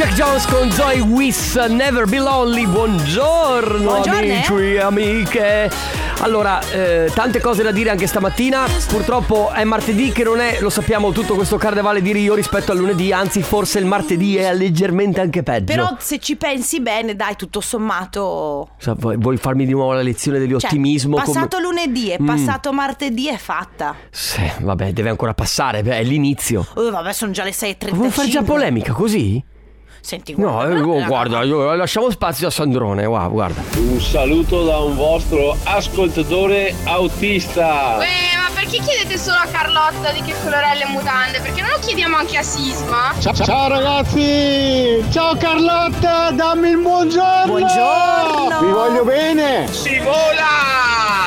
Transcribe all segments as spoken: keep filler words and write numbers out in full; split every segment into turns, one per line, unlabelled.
Jack Jones con Zoe Wiss, Never Be Lonely. Buongiorno,
Buongiorno.
amici e amiche. Allora, eh, tante cose da dire anche stamattina. Purtroppo è martedì, che non è, lo sappiamo, tutto questo carnevale di Rio rispetto al lunedì. Anzi, forse il martedì è leggermente anche peggio.
Però se ci pensi bene, dai, tutto sommato.
Vuoi, vuoi farmi di nuovo la lezione dell'ottimismo?
Cioè, passato
come...
lunedì e
Mm.
passato martedì è fatta.
Sì, vabbè, deve ancora passare, beh, è l'inizio.
Oh, vabbè, sono già le sei e trentacinque.
Vuoi fare già polemica così?
Senti,
No,
guarda,
eh,
guarda,
guarda, io- lasciamo spazio a Sandrone, wow, guarda.
Un saluto da un vostro ascoltatore autista.
Eh, ma perché chiedete solo a Carlotta di che colore è le mutande? Perché non lo chiediamo anche a Sisma?
Ciao, ciao ragazzi! Ciao Carlotta, dammi il buongiorno!
Buongiorno!
Vi voglio bene! Si vola!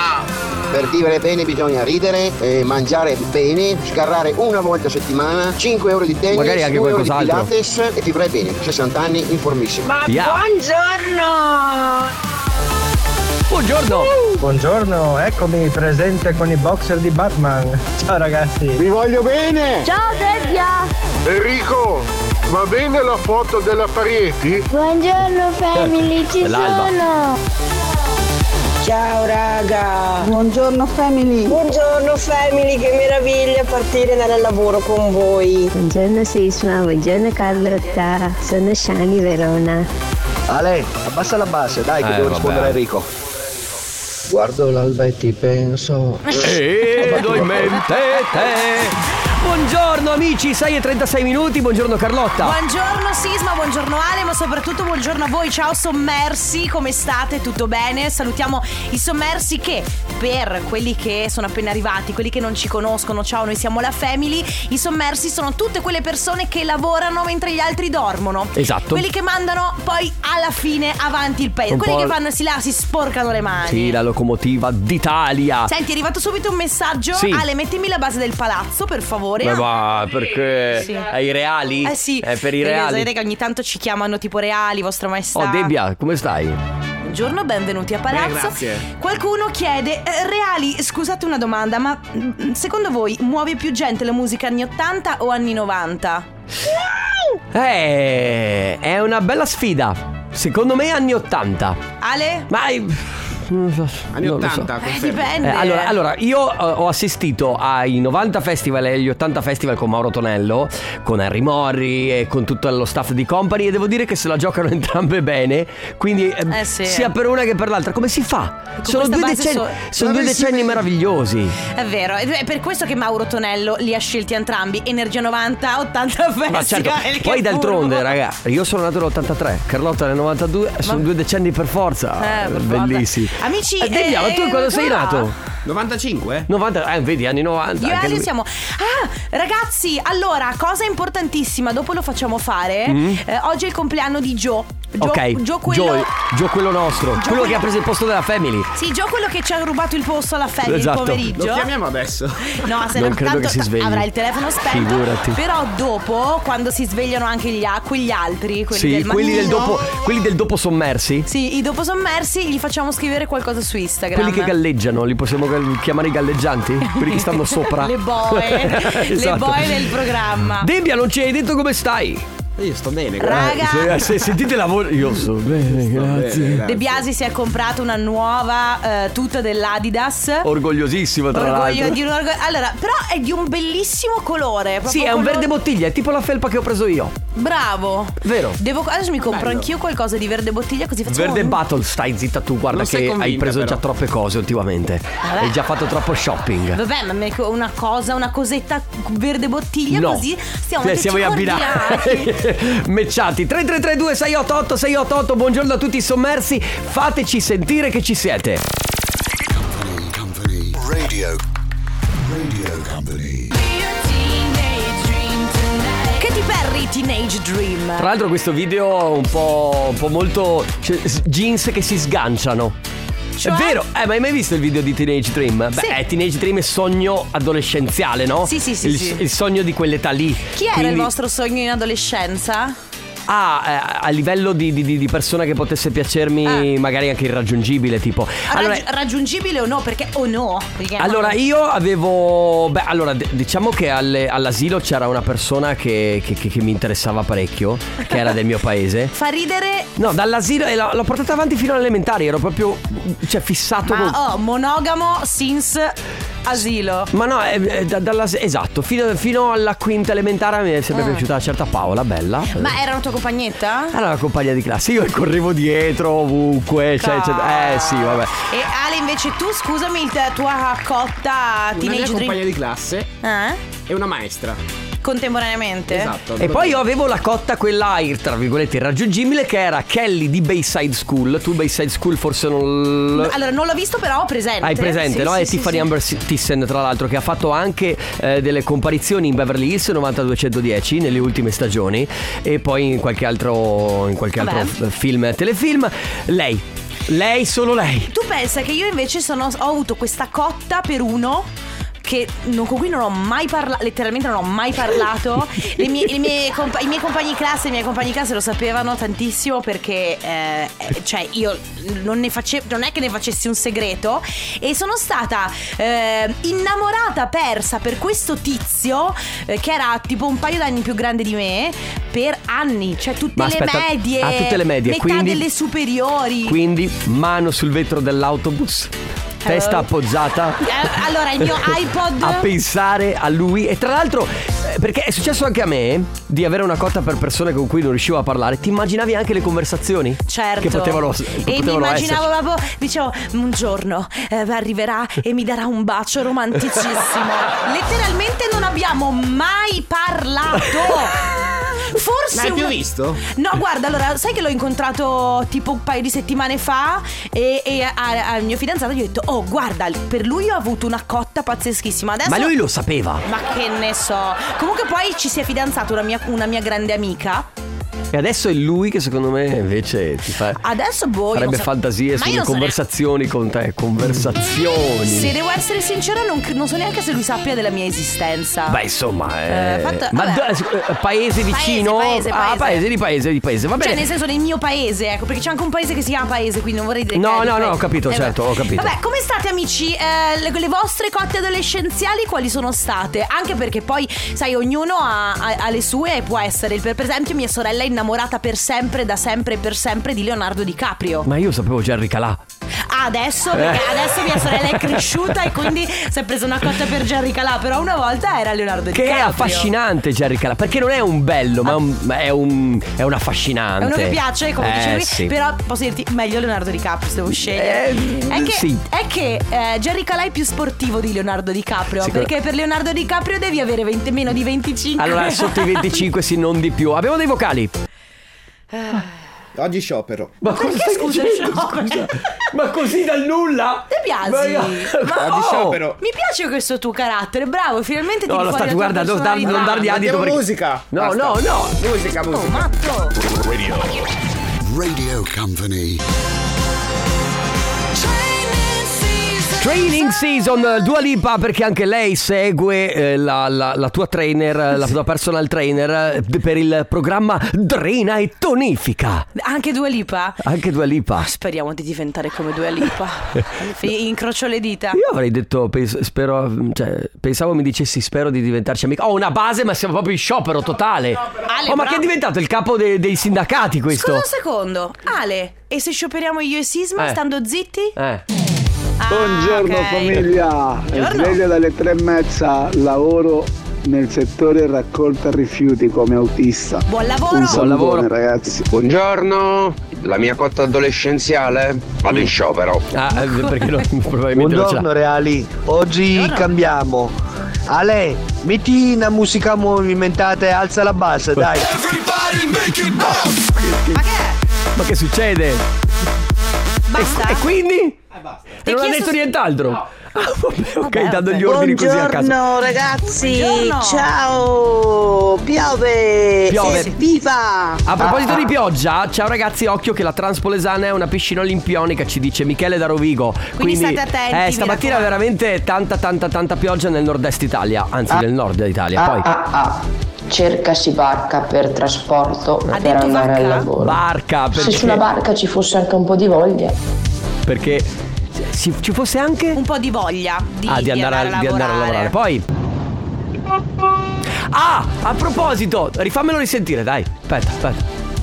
Per vivere bene bisogna ridere, eh, mangiare bene, scarrare una volta a settimana, cinque ore di tennis,
Magari anche
due ore di
qualcos'altro.
pilates e vivrai bene. sessanta anni, informissimo.
Ma
Yeah.
buongiorno!
Buongiorno!
Buongiorno, eccomi presente con i boxer di Batman. Ciao ragazzi.
Vi voglio bene!
Ciao Debbia!
Enrico, va bene la foto della Parietti?
Buongiorno family, ci
L'alba.
sono!
Ciao raga!
Buongiorno family!
Buongiorno family, che meraviglia partire e andare al lavoro con voi!
Buongiorno Sisma, buongiorno Carlotta, sono Shani Verona.
Ale, abbassa la base, dai, che
Eh,
devo
vabbè.
rispondere a Enrico. Guardo l'alba e ti penso.
E do in mente te. Buongiorno amici, sei e trentasei minuti, buongiorno Carlotta.
Buongiorno Sisma, buongiorno Ale, ma soprattutto buongiorno a voi. Ciao sommersi, come state? Tutto bene? Salutiamo i sommersi che, per quelli che sono appena arrivati, quelli che non ci conoscono, ciao, noi siamo la Family. I sommersi sono tutte quelle persone che lavorano mentre gli altri dormono.
Esatto.
Quelli che mandano poi alla fine avanti il paese.
Un
Quelli
po'-
che fanno, si là, si sporcano le mani.
Sì, la locomotiva d'Italia.
Senti, è arrivato subito un messaggio.
Sì.
Ale, mettimi la base del palazzo, per favore.
Beh, ma perché?
Sì.
Ai reali?
Eh sì.
È per i
Perché
reali.
sapete che ogni tanto ci chiamano tipo reali, vostra maestà.
Oh Debbia, come stai?
Buongiorno, benvenuti a Palazzo.
Beh, grazie.
Qualcuno chiede, eh, reali, scusate una domanda, ma mm, secondo voi muove più gente la musica anni ottanta o anni novanta?
Eh, è una bella sfida. Secondo me anni ottanta.
Ale?
Ma
Anni
non lo so.
ottanta,
Eh, dipende.
Eh, allora, allora, io eh, ho assistito ai novanta festival e agli ottanta festival con Mauro Tonello, con Harry Morri e con tutto lo staff di Company, e devo dire che se la giocano entrambe bene. Quindi eh,
Eh, sì.
sia per una che per l'altra. Come si fa? Sono
questa
due
base
decenni,
so-
sono due
Dove si
decenni
vede?
meravigliosi.
È vero, è per questo che Mauro Tonello li ha scelti entrambi. Energia novanta, ottanta festival.
Ma certo,
che
poi d'altronde,
furbo.
raga, io sono nato nell'ottantatré, Carlotta nel novantadue, sono due decenni per forza.
Eh,
Bellissimi.
vabbè. Amici,
eh, Debbia, ma tu
eh,
quando sei
come va?
nato?
novantacinque?
novanta, eh, vedi, anni novanta.
Io e
anche
Ale
lui.
siamo. Ah, ragazzi, allora, cosa importantissima, dopo lo facciamo fare. Eh, oggi è il compleanno di Joe. Joe
Mm. Ok,
Joe quello.
Joe, Joe quello nostro, quello
quello-
che ha preso il posto della Family.
Sì, Joe quello che ci ha rubato il posto alla Family
Esatto.
il pomeriggio.
Lo chiamiamo adesso.
No, se
Non
no,
credo
tanto
che si svegli.
avrà il telefono spento.
Figurati.
Però dopo, quando si svegliano anche gli, a- quegli altri, quelli
Sì,
del
quelli del,
mattino,
dopo, quelli del dopo sommersi.
sì, i dopo sommersi, gli facciamo scrivere qualcosa su Instagram.
Quelli che galleggiano, li possiamo gal- chiamare i galleggianti? Quelli che stanno sopra.
Le boe, le
Esatto.
boe del programma.
Debbia, non ci hai detto come stai?
Io sto bene,
Raga,
Se, se sentite la voce, io sto bene, grazie.
De Biasi si è comprato una nuova eh, tuta dell'Adidas.
Orgogliosissimo, tra
Orgoglio
l'altro.
di un orgo- Allora, però è di un bellissimo colore. proprio
Sì, è un
colore-
verde bottiglia, è tipo la felpa che ho preso io.
Bravo.
Vero.
Devo, adesso mi compro
Bello.
anch'io qualcosa di verde bottiglia, così facciamo
Verde
un-
Battle, stai zitta tu, guarda
Non sei
che hai
convinta,
preso
però.
già troppe cose ultimamente.
Vabbè.
Hai già fatto troppo shopping.
Vabbè, ma me- una cosa, una cosetta verde bottiglia,
No.
così stiamo
Cioè,
tutti
siamo abbinati.
cordiali.
Matchati. tre tre tre due sei otto otto sei otto otto. Buongiorno a tutti i sommersi. Fateci sentire che ci siete.
Radio. Radio Company.
Katy Perry, Teenage Dream.
Tra l'altro questo video un po', un po' molto, cioè, s- jeans che si sganciano.
Cioè?
È vero, eh, ma hai mai visto il video di Teenage Dream?
Sì.
Beh, Teenage Dream è sogno adolescenziale, no?
Sì, sì, sì,
il,
sì.
il sogno di quell'età lì.
Chi era
Quindi-
il vostro sogno in adolescenza?
Ah, eh, a livello di, di, di persona che potesse piacermi,
Eh.
magari anche irraggiungibile, tipo. Allora,
Raggi- raggiungibile o no? Perché o no? Perché
allora io avevo. Beh, allora d- diciamo che alle- all'asilo c'era una persona che, che, che- che mi interessava parecchio, che era del mio paese.
fa ridere.
No, dall'asilo e l'ho, l'ho portata avanti fino alle elementari. Ero proprio, cioè, fissato con.
Ma oh, monogamo since asilo.
Ma no, eh, eh, da- dalla, esatto, fino, fino alla quinta elementare mi è sempre
Ah.
piaciuta una certa Paola, bella.
Ma era una tua compagnetta?
Era una compagna di classe, io correvo dietro ovunque, cioè, cioè, eh sì, vabbè.
E Ale, invece tu, scusami, il la tua cotta
Una
teenage
mia
dream
compagna di classe
eh?
e una maestra.
Contemporaneamente?
Esatto.
E poi io avevo la cotta, quella tra virgolette irraggiungibile, che era Kelly di Bayside School. Tu Bayside School forse non l-
Allora, non l'ho visto, però ho presente.
hai presente,
Sì,
no?
sì,
È
sì,
Tiffany
sì.
Amber Thyssen, tra l'altro, che ha fatto anche eh, delle comparizioni in Beverly Hills novantadue centodieci nelle ultime stagioni, e poi in qualche altro in qualche
Vabbè.
altro f- film, telefilm. Lei, lei, solo lei.
Tu pensa che io invece sono, ho avuto questa cotta per uno che non- con cui non ho mai parlato, letteralmente non ho mai parlato. Le mie, le mie compa- I miei compagni di classe, i miei compagni di classe lo sapevano tantissimo perché, eh, eh, cioè, io non ne facevo, non è che ne facessi un segreto. E sono stata eh, innamorata, persa per questo tizio eh, che era tipo un paio d'anni più grande di me per anni, cioè tutte
Ma
le
aspetta,
medie,
ah, tutte le medie,
metà
quindi-
delle superiori.
Quindi mano sul vetro dell'autobus, testa
Eh.
appoggiata
Eh, allora il mio iPod
a pensare a lui. E tra l'altro, eh, perché è successo anche a me di avere una cotta per persone con cui non riuscivo a parlare. Ti immaginavi anche le conversazioni?
Certo.
Che potevano,
E mi
potevano
immaginavo
esserci.
proprio, dicevo, un giorno eh, arriverà e mi darà un bacio romanticissimo. Letteralmente non abbiamo mai parlato. Forse
Ma hai più
un-
visto?
No, guarda, allora, sai che l'ho incontrato tipo un paio di settimane fa e, e a- al mio fidanzato gli ho detto, oh, guarda, per lui ho avuto una cotta pazzeschissima. Adesso...
Ma lui lo sapeva.
Ma che ne so. Comunque poi ci si è fidanzato una mia, una mia grande amica.
E adesso è lui che secondo me invece ti fa
Adesso boh, io
farebbe
non so-
fantasie
Ma io
sulle
non so
conversazioni con te. Conversazioni.
Se devo essere sincera, non, non so neanche se lui sappia della mia esistenza.
Beh, insomma, eh,
Eh, fatto-
ma
vabbè.
d- eh, paese vicino?
Paese, paese,
Ah,
paese.
paese di paese di paese. Va
Cioè,
bene.
nel senso nel mio paese, ecco, perché c'è anche un paese che si chiama paese, quindi non vorrei dire
No,
che è di
no, no,
paese.
ho capito,
Eh,
certo,
vabbè.
ho capito.
Vabbè, come state, amici? Eh, le, le vostre cotte adolescenziali quali sono state? Anche perché poi, sai, ognuno ha, ha- ha le sue e può essere. Per, per esempio, mia sorella è innamorata per sempre, da sempre e per sempre di Leonardo DiCaprio.
Ma io sapevo Jerry Calà.
Ah, adesso, perché
Eh.
adesso mia sorella è cresciuta e quindi si è presa una cotta per Jerry Calà. Però una volta era Leonardo
Che
DiCaprio.
è affascinante Jerry Calà, perché non è un bello, ma è un, ma è un è un affascinante.
È uno che piace, come
eh,
dice lui.
sì.
Però posso dirti meglio Leonardo DiCaprio se devo scegliere.
Eh,
è che,
sì.
è che eh, Jerry Calà è più sportivo di Leonardo DiCaprio.
Sicur-
Perché per Leonardo DiCaprio devi avere venti, meno di venticinque.
Allora, sotto i venticinque sì, non di più. Abbiamo dei vocali.
Oggi sciopero.
Ma cosa
Perché,
stai
scusa,
dicendo?
sciopero?
Scusa. Ma così dal nulla?
Ti piaci?
Ma,
Ma-
Oggi
oh!
sciopero.
Mi piace questo tuo carattere, bravo, finalmente ti
No, lo
fuori
state,
la tua
guarda, non, dar-
personalità.
non dargli adito
Mettiamo
perché...
musica.
No,
Basta.
no, no.
Musica,
Oh,
musica.
matto.
Radio. Radio Company.
Training Season, Dua Lipa, perché anche lei segue eh, la, la, la tua trainer, la tua personal trainer eh, per il programma Drena e Tonifica.
Anche Dua Lipa?
Anche Dua Lipa.
Speriamo di diventare come Dua Lipa. Incrocio le dita.
Io avrei detto, pens- spero, cioè, pensavo mi dicessi spero di diventarci amica. Ho una base, ma siamo proprio in sciopero totale.
Ale,
Oh, ma
però-
che è diventato il capo dei, dei sindacati questo?
Scusa un secondo, Ale, e se scioperiamo io e Sisma
Eh.
stando zitti?
Eh.
Ah,
Buongiorno
ok.
famiglia,
Buongiorno.
sveglio dalle tre e mezza, lavoro nel settore raccolta rifiuti come autista.
Buon lavoro.
Un
Buon
salutone
lavoro.
ragazzi.
Buongiorno, la mia cotta adolescenziale vado in sciopero.
Ah, eh, perché no, probabilmente non ce l'ha.
Buongiorno Reali, oggi
Buongiorno.
cambiamo. Ale, metti una musica movimentata e alza la bassa, dai.
Ma che è?
Ma che succede?
Basta?
E quindi?
Ti
E non ha
chiesto
detto
se-
nient'altro? Ah, vabbè, ok,
Vabbè,
dando
vabbè.
gli ordini così a caso.
Buongiorno ragazzi,
Buongiorno.
ciao, piove,
Piove.
evviva!
A proposito di pioggia, ciao ragazzi, occhio che la Transpolesana è una piscina olimpionica, ci dice Michele da Rovigo.
Quindi state attenti,
Eh,
mi
stamattina
raccomando.
veramente tanta tanta tanta pioggia nel nord-est Italia, anzi nel nord d'Italia. Poi
Ah, ah.
cercasi barca per trasporto
Ha
per
detto
andare
vacca?
al lavoro.
Barca, perché...
Se sulla barca ci fosse anche un po' di voglia.
Perché ci, ci fosse anche...
Un po' di voglia di,
ah, di, andare,
andare,
a, di andare a lavorare. Poi... Ah, a proposito, rifammelo risentire, dai. Aspetta, aspetta.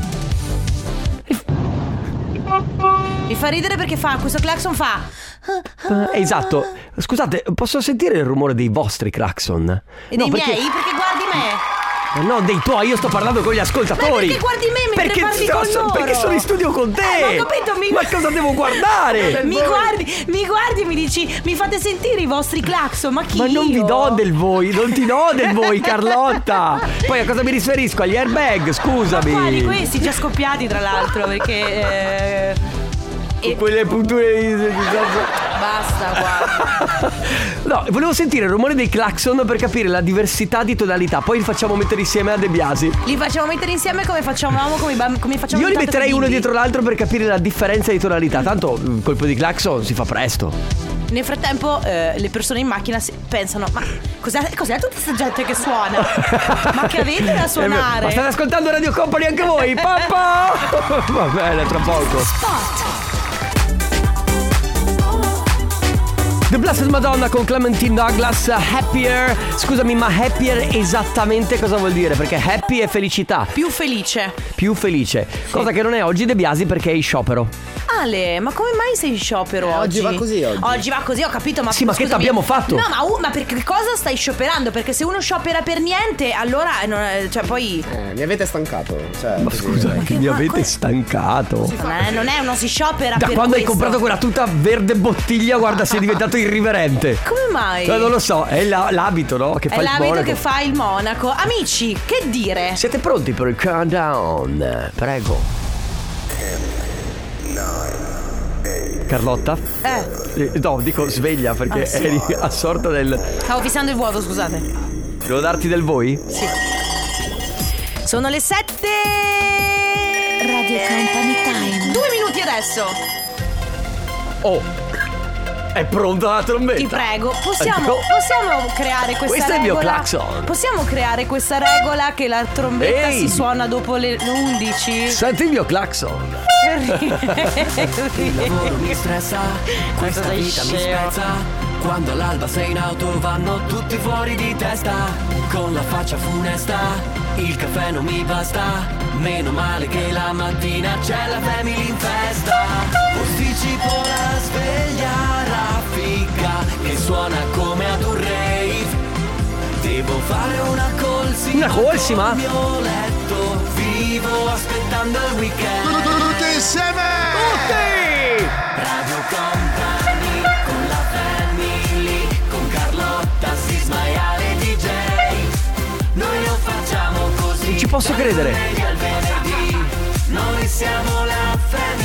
Mi fa ridere perché fa, questo clacson fa...
Eh, esatto. Scusate, posso sentire il rumore dei vostri clacson?
E
No,
dei
perché-
miei? Perché guardi me.
Eh, No, dei tuoi, io sto parlando con gli ascoltatori.
Ma perché guardi me mentre
perché
parli
sto-
con
so-
loro?
Perché sono in studio con te.
Eh, ma ho capito, mi...
Ma cosa devo guardare?
Mi guardi, mi guardi e mi dici, mi fate sentire i vostri clacson, ma chi
Ma non vi
io?
do del voi, non ti do del voi, Carlotta. Poi a cosa mi riferisco? Agli airbag, scusami.
Ma quali questi già scoppiati tra l'altro perché... Eh...
Con quelle punture di...
Basta qua.
No, volevo sentire il rumore dei clacson per capire la diversità di tonalità. Poi li facciamo mettere insieme a De Biasi.
Li facciamo mettere insieme come facciamo come, i bamb- come facciamo
Io li
intanto
metterei
con i
uno
bimbi.
dietro l'altro per capire la differenza di tonalità. Tanto il colpo di clacson si fa presto.
Nel frattempo eh, le persone in macchina si- pensano, ma cos'è, cos'è tutta questa gente che suona? Ma che avete da suonare?
Ma state ascoltando Radio Company anche voi? Papà! Va bene, tra poco. The Blessed Madonna con Clementine Douglas, Happier. Scusami, ma happier esattamente cosa vuol dire? Perché happy è felicità.
Più felice.
Più felice. Cosa che non è oggi De Biasi perché è in sciopero.
Ale, ma come mai sei in sciopero
Eh,
oggi?
oggi va così, oggi.
Oggi va così, ho capito, ma
Sì, ma che
scusami.
t'abbiamo fatto?
No, ma, uh, ma per che cosa stai scioperando? Perché se uno sciopera per niente, allora non è- cioè poi
Eh, mi avete stancato. Cioè,
Ma
così,
scusa,
dai.
che mi avete stancato.
non è, non è uno si sciopera
Da
per
quando hai
questo.
comprato quella tuta verde bottiglia, guarda, sei diventato irriverente.
Come mai?
Eh, non lo so, è la- l'abito, no? Che
È
fa il
l'abito
monaco.
che fa il monaco. Amici, che dire?
Siete pronti per il countdown? Prego. Carlotta?
Eh,
Eh, No, dico sveglia perché
Ah, sì.
eri assorta nel...
stavo fissando il vuoto, scusate.
Devo darti del voi?
Sì. Sono le sette. Radio Company Time. Due minuti adesso.
Oh, è pronta la trombetta?
Ti prego, possiamo,
Ecco.
possiamo creare questa
Questo è il
regola?
mio clacson.
Possiamo creare questa regola che la trombetta
Ehi.
si suona dopo le undici?
Senti il mio clacson.
Il lavoro mi stressa, questa vita mi spezza. Quando all'alba sei in auto vanno tutti fuori di testa. Con la faccia funesta, il caffè non mi basta. Meno male che la mattina c'è la family in festa. Posticipo la sveglia raffica che suona come ad un rave. Devo fare una colsima.
Una colsima?
Col mio letto, vivo aspettando il weekend.
Tutti insieme!
Tutti!
Radio Company con la family, con Carlotta, Sisma e Ale D J. Noi lo facciamo così.
Non ci posso
dal
credere.
lunedì al venerdì. Noi siamo la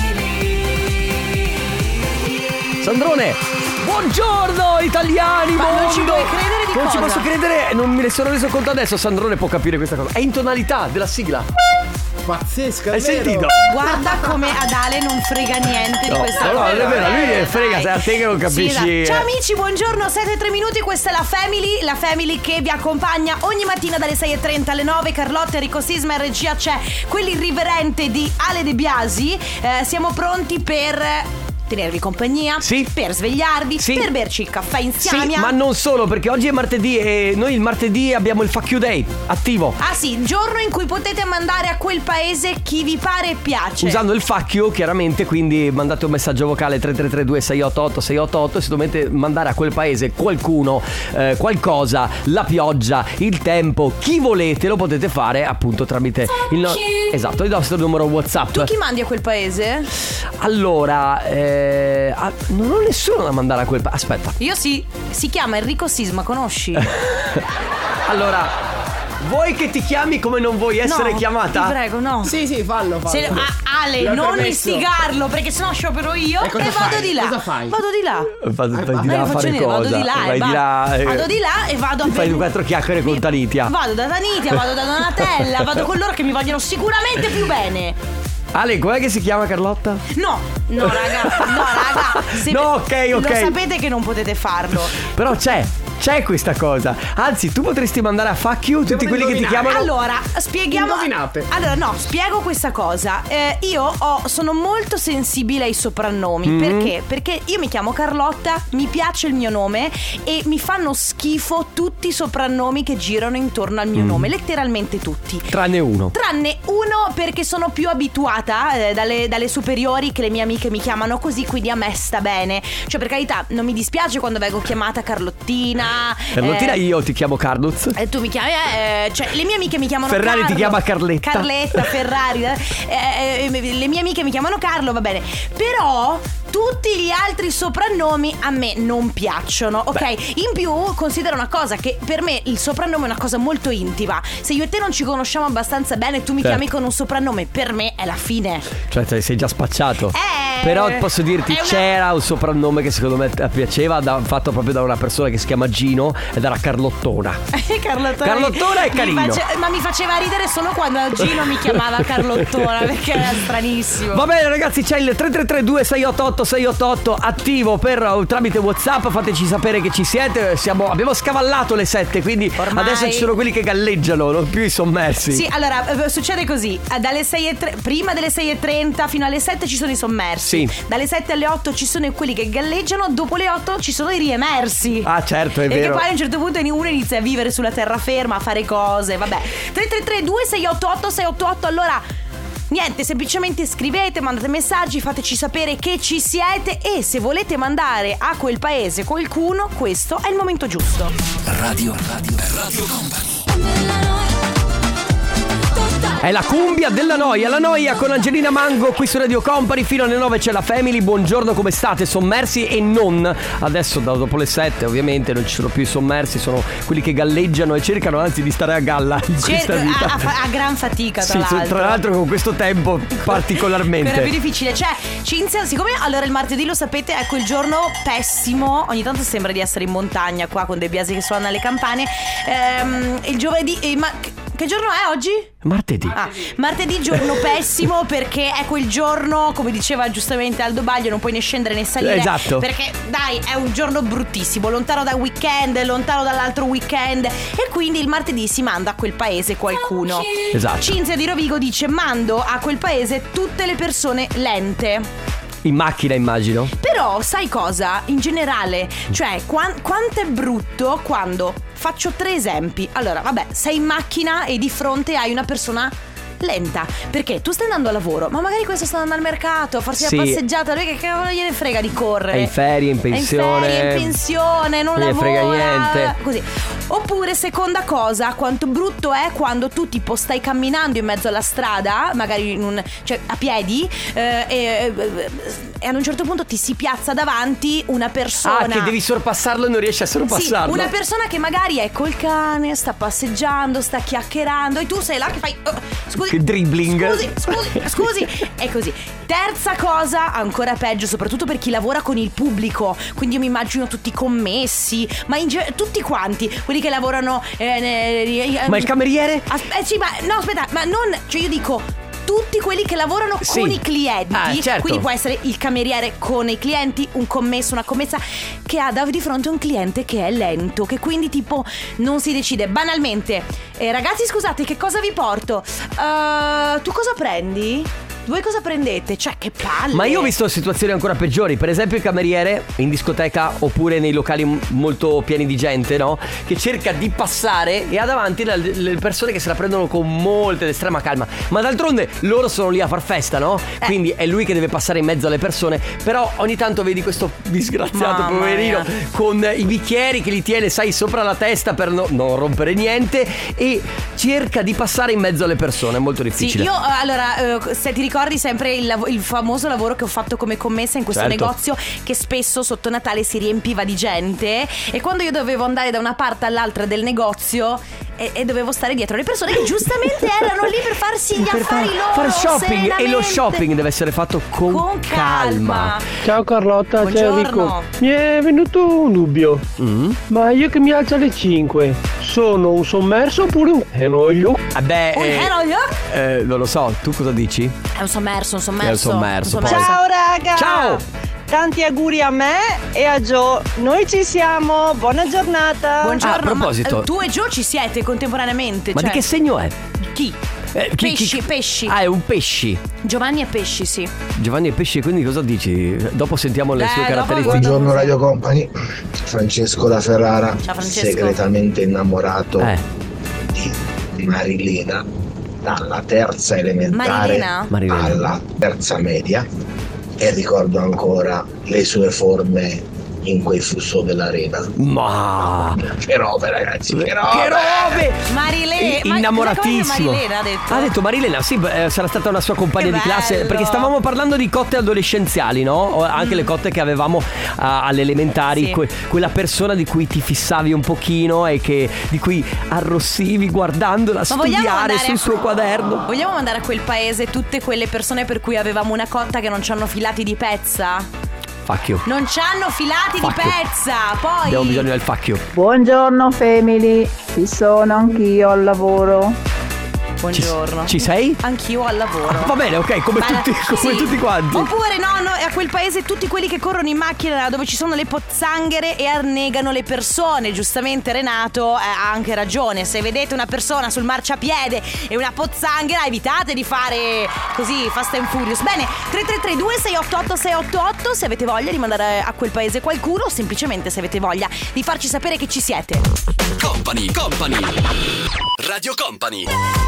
family.
Sandrone, buongiorno italiani,
Ma non
mondo.
ci puoi credere di
Non ci
cosa?
posso credere, non me ne sono reso conto adesso. Sandrone può capire questa cosa. È in tonalità della sigla.
Pazzesca,
Hai
è vero?
sentito?
Guarda come ad Ale non frega niente di
No,
questa
no, no,
cosa.
non è vero, a lui ne frega,
Dai.
sei a te che non capisci.
Sì, esatto. Ciao amici, buongiorno, sette e tre minuti, questa è la Family, la Family che vi accompagna ogni mattina dalle sei e trenta alle nove. Carlotta, Enrico Sisma, in regia c'è quell'irriverente di Ale De Biasi. Eh, siamo pronti per tenervi compagnia,
Sì.
per svegliarvi,
Sì.
per berci il caffè insieme.
Sì, ma non solo, perché oggi è martedì e noi il martedì abbiamo il Fuck You Day attivo.
Ah sì, giorno in cui potete mandare a quel paese chi vi pare e piace.
Usando il fuck you, chiaramente, quindi mandate un messaggio vocale tre tre tre due sei otto otto sei otto otto se dovete mandare a quel paese qualcuno, eh, qualcosa, la pioggia, il tempo, chi volete, lo potete fare appunto tramite il, no- esatto, il nostro numero WhatsApp.
Tu chi mandi a quel paese?
Allora, eh, ah, non ho nessuno da mandare a quel paese. Aspetta.
Io sì, si chiama Enrico Sisma, conosci?
Allora, vuoi che ti chiami come non vuoi essere
No,
chiamata?
ti prego, no.
Sì, sì, fallo, fallo.
Se, ah, Ale,
L'ho
non
permesso.
istigarlo, perché sennò sciopero io
E
e,
cosa
vado
fai?
di là.
Cosa fai?
Vado di là.
Vado, vai di
Ma
là
io
a
faccio
fare
niente,
cosa?
vado di là e
vai
va-
di là eh,
vado di là e vado a
ti fai
ben-
quattro chiacchiere con Tanitia.
Vado da Tanitia, vado da Donatella, vado con loro che mi vogliono sicuramente più bene.
Ale, com'è che si chiama Carlotta?
No, no raga, no raga se-
No, ok, ok.
Lo sapete che non potete farlo.
Però c'è. c'è questa cosa. Anzi, tu potresti mandare a fuck you tutti quelli che ti chiamano.
Allora, spieghiamo.
Indovinate.
Allora, no, spiego questa cosa. Eh, io ho, sono molto sensibile ai soprannomi.
Mm-hmm.
Perché? Perché io mi chiamo Carlotta, mi piace il mio nome e mi fanno schifo tutti i soprannomi che girano intorno al mio
Mm.
nome, letteralmente tutti.
Tranne uno.
Tranne uno, perché sono più abituata eh, dalle, dalle superiori che le mie amiche mi chiamano così, quindi a me sta bene. Cioè, per carità, non mi dispiace quando vengo chiamata Carlottina.
Carlottina,
eh,
io ti chiamo Carluz.
E tu mi chiami, eh, cioè le mie amiche mi chiamano
Ferrari
Carlo.
ti chiama Carletta.
Carletta, Ferrari. eh, eh, le mie amiche mi chiamano Carlo, va bene. Però tutti gli altri soprannomi a me non piacciono, ok?
Beh.
In più considero una cosa che per me il soprannome è una cosa molto intima. Se io e te non ci conosciamo abbastanza bene, tu mi
Certo.
chiami con un soprannome, per me è la fine.
Cioè, te sei già spacciato.
Eh,
Però posso dirti,
è una-
c'era un soprannome che secondo me piaceva, da- fatto proprio da una persona che si chiama Gino, ed era Carlottona.
Carlottona,
Carlottona è
mi
carino.
face- ma mi faceva ridere solo quando Gino mi chiamava Carlottona, perché era stranissimo.
Va bene ragazzi, c'è il tre tre tre due sei otto otto sei otto otto attivo per tramite WhatsApp, fateci sapere che ci siete. Siamo, abbiamo scavallato le sette, quindi
Ormai-
adesso ci sono quelli che galleggiano, non più i sommersi.
Sì, allora eh, succede così. eh, Dalle sei e tre, prima delle sei e trenta fino alle sette ci sono i sommersi.
Sì.
Dalle sette alle otto ci sono quelli che galleggiano. Dopo le otto ci sono i riemersi.
Ah certo, è
E che
vero.
poi a un certo punto uno inizia a vivere sulla terraferma, a fare cose. Vabbè. tre tre tre due sei otto otto sei otto otto. Allora niente, semplicemente scrivete, mandate messaggi, fateci sapere che ci siete. E se volete mandare a quel paese qualcuno, questo è il momento giusto.
Radio, radio, Radio Company.
È la cumbia della noia, la noia con Angelina Mango qui su Radio Company. Fino alle nove c'è la Family. Buongiorno, come state? Sommersi e non. Adesso da- dopo le sette ovviamente non ci sono più i sommersi, sono quelli che galleggiano e cercano anzi di stare a galla in questa
Cer-
vita.
a, a- a gran fatica, tra
Sì,
l'altro.
tra l'altro con questo tempo particolarmente.
Era più difficile. Cioè, Cinzia, siccome allora il martedì lo sapete è quel giorno pessimo. Ogni tanto sembra di essere in montagna qua con dei biasi che suonano le campane. Ehm, il giovedì eh, ma che giorno è oggi?
Martedì.
Ah, martedì giorno pessimo perché è quel giorno, come diceva giustamente Aldo Baglio, non puoi né scendere né salire.
Esatto.
Perché dai, è un giorno bruttissimo, lontano dal weekend, lontano dall'altro weekend. E quindi il martedì si manda a quel paese qualcuno.
Esatto.
Cinzia di Rovigo dice: mando a quel paese tutte le persone lente.
In macchina immagino.
Però sai cosa? In generale, cioè quan- quanto è brutto quando faccio tre esempi. Allora, vabbè, sei in macchina e di fronte hai una persona lenta, perché tu stai andando a lavoro, ma magari questo sta andando al mercato, farsi
Sì.
la passeggiata, lui che cavolo gliene frega di correre.
È in ferie, in pensione.
È in ferie, in pensione, non
Non gliene frega
lavora,
niente.
così. Oppure, seconda cosa, quanto brutto è quando tu tipo stai camminando in mezzo alla strada, magari in un, cioè a piedi, eh, e, e, e ad un certo punto ti si piazza davanti una persona.
Ah, che devi sorpassarlo e non riesci a sorpassarlo.
Sì, una persona che magari è col cane, sta passeggiando, sta chiacchierando e tu sei là che fai "Oh, scusi,
Che dribbling.
Scusi, scusi, scusi". È così. Terza cosa, ancora peggio, soprattutto per chi lavora con il pubblico. Quindi io mi immagino tutti i commessi, ma in ge- tutti quanti, quelli che lavorano eh, ne- eh,
Ma il cameriere?
Asp- eh, sì, ma no, aspetta, ma non, cioè io dico tutti quelli che lavorano
Sì.
con i clienti.
Ah, certo.
Quindi può essere il cameriere con i clienti, un commesso, una commessa che ha da- di fronte un cliente che è lento, che quindi tipo non si decide. Banalmente, eh, ragazzi scusate, che cosa vi porto? Uh, tu cosa prendi? Voi cosa prendete? Cioè, che palle.
Ma io ho visto situazioni ancora peggiori. Per esempio il cameriere in discoteca oppure nei locali m- molto pieni di gente, no? Che cerca di passare e ha davanti le, le persone che se la prendono con molta ed estrema calma. Ma d'altronde loro sono lì a far festa, no?
Eh.
Quindi è lui che deve passare in mezzo alle persone. Però ogni tanto vedi questo disgraziato
Mamma
poverino
mia.
con i bicchieri che li tiene, sai, sopra la testa per no- non rompere niente. E cerca di passare in mezzo alle persone. È molto
Sì,
difficile.
io eh, allora, eh, se ti ricordi sempre il, lav- il famoso lavoro che ho fatto come commessa in questo
Certo.
negozio, che spesso sotto Natale si riempiva di gente, e quando io dovevo andare da una parte all'altra del negozio e, e dovevo stare dietro le persone che giustamente erano lì per farsi gli
Per
affari
far-
loro
fare shopping. E lo
serenamente.
shopping deve essere fatto con,
Con calma.
Ciao Carlotta, ciao Enrico.
Buongiorno.
Mi è venuto un dubbio.
Mm?
Ma io che mi alzo alle cinque, sono un sommerso oppure un eroglio?
Ah beh,
Un
eh,
eroglio?
eh, non lo so, tu cosa dici?
È un sommerso, un sommerso.
È un sommerso,
un
poi.
Ciao raga!
Ciao!
Tanti auguri a me e a Gio. Noi ci siamo. Buona giornata.
Buongiorno.
Ah, a proposito.
Ma, tu e Gio ci siete contemporaneamente.
Ma
cioè...
di che segno è?
Chi?
Eh, chi,
pesci,
chi...
pesci.
Ah, è un pesci.
Giovanni è pesci, sì.
Giovanni è pesci, quindi cosa dici? Dopo sentiamo le
Eh,
sue
dopo
caratteristiche.
Buongiorno Radio Company. Francesco da Ferrara.
Ciao, Francesco.
Segretamente innamorato
Eh.
di Marilena dalla terza elementare
Marilena?
Marilena.
alla terza media e ricordo ancora le sue forme in quel flusso dell'arena.
Ma
che robe, ragazzi, che robe!
Che robe!
Marilena.
I- Innamoratissimo.
Marilena ha detto.
Ha detto Marilena, sì, beh, sarà stata una sua compagna
Che
di classe.
bello.
Perché stavamo parlando di cotte adolescenziali, no? O anche
Mm.
le cotte che avevamo ah, alle elementari.
Sì.
que- quella persona di cui ti fissavi un pochino e che, di cui arrossivi guardandola
Ma vogliamo
studiare
andare
sul
a-
suo quaderno.
Vogliamo mandare a quel paese tutte quelle persone per cui avevamo una cotta che non ci hanno filati di pezza?
Facchio.
Non ci hanno filati
Facchio.
di pezza. Poi
Abbiamo bisogno del facchio.
Buongiorno family, ci sono anch'io al lavoro.
Buongiorno.
Ci sei?
Anch'io al lavoro.
Va bene, ok, come,
Ma-
tutti, come
sì.
tutti quanti.
Oppure no, no, a quel paese tutti quelli che corrono in macchina dove ci sono le pozzanghere e annegano le persone. Giustamente Renato eh, ha anche ragione. Se vedete una persona sul marciapiede e una pozzanghera, evitate di fare così Fast and Furious. Bene, tre tre tre due sei otto otto sei otto otto se avete voglia di mandare a quel paese qualcuno o semplicemente se avete voglia di farci sapere che ci siete.
Company, Company. Radio Company.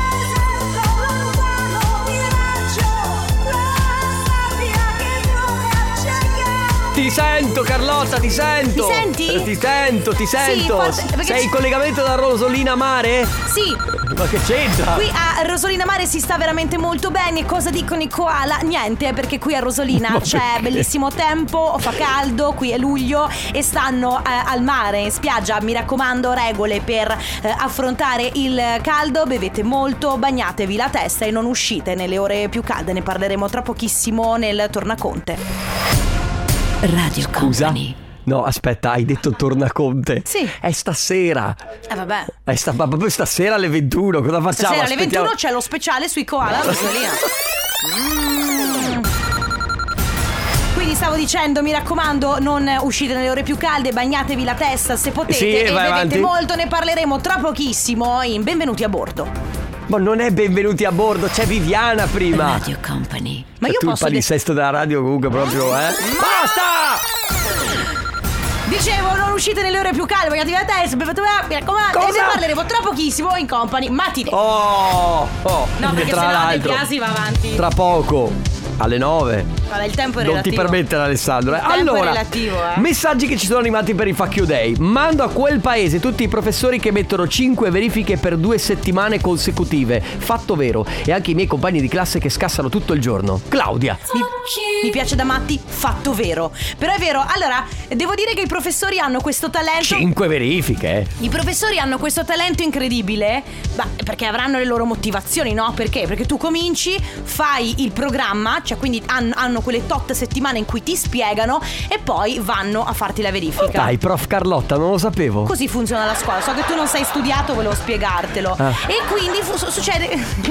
Ti sento Carlotta, ti sento.
Mi senti?
Eh, Ti sento, ti sento.
forse- perché
Sei
ci-
in collegamento da Rosolina Mare?
Sì.
Ma che c'entra?
Qui a Rosolina Mare si sta veramente molto bene. E cosa dicono i koala? Niente, perché qui a Rosolina
Ma
c'è
perché?
bellissimo tempo, fa caldo, qui è luglio e stanno eh, al mare, in spiaggia. Mi raccomando, regole per eh, affrontare il caldo: bevete molto, bagnatevi la testa e non uscite nelle ore più calde. Ne parleremo tra pochissimo nel Tornaconte. Radio
Scusa?
Company.
No, aspetta, hai detto Tornaconte.
Sì.
È stasera.
Eh vabbè.
È sta- ma proprio stasera alle ventuno. Cosa facciamo?
Stasera alle
Aspettiamo-
ventuno c'è lo speciale sui koala a Rosolina. Mm. Quindi stavo dicendo, mi raccomando, non uscite nelle ore più calde, bagnatevi la testa se potete
Sì,
e
vai
bevete
avanti.
molto. Ne parleremo tra pochissimo in Benvenuti a bordo.
Ma non è benvenuti a bordo, c'è Viviana prima.
Radio Company. Ma
Cioè,
io
tu
posso
il
de-
palinsesto della radio comunque proprio, eh? Basta!
Dicevo, non uscite nelle ore più calde, bagnatevi la testa, bevete, mi raccomando. E ne
Cosa?
parleremo tra pochissimo in Company Mattine.
Oh, oh.
No, perché
tra
sennò De
l'altro,
Biasi va avanti.
tra poco, alle nove.
Guarda, il tempo è
Non
relativo.
ti permettere, Alessandro. eh.
Il tempo è
Allora,
relativo, eh.
messaggi che ci sono arrivati per il Fuck You Day. Mando a quel paese tutti i professori che mettono cinque verifiche per due settimane consecutive. Fatto vero. E anche i miei compagni di classe che scassano tutto il giorno. Claudia.
Mi, mi piace da matti, fatto vero. Però è vero, allora, devo dire che i professori hanno questo talento.
Cinque verifiche. eh.
I professori hanno questo talento incredibile, ma perché avranno le loro motivazioni, no? Perché? Perché tu cominci, fai il programma, cioè quindi han- hanno quelle tot settimane in cui ti spiegano e poi vanno a farti la verifica.
Dai, prof Carlotta, non lo sapevo.
Così funziona la scuola. So che tu non sei studiato, volevo spiegartelo.
Ah.
E quindi fu- su- succede.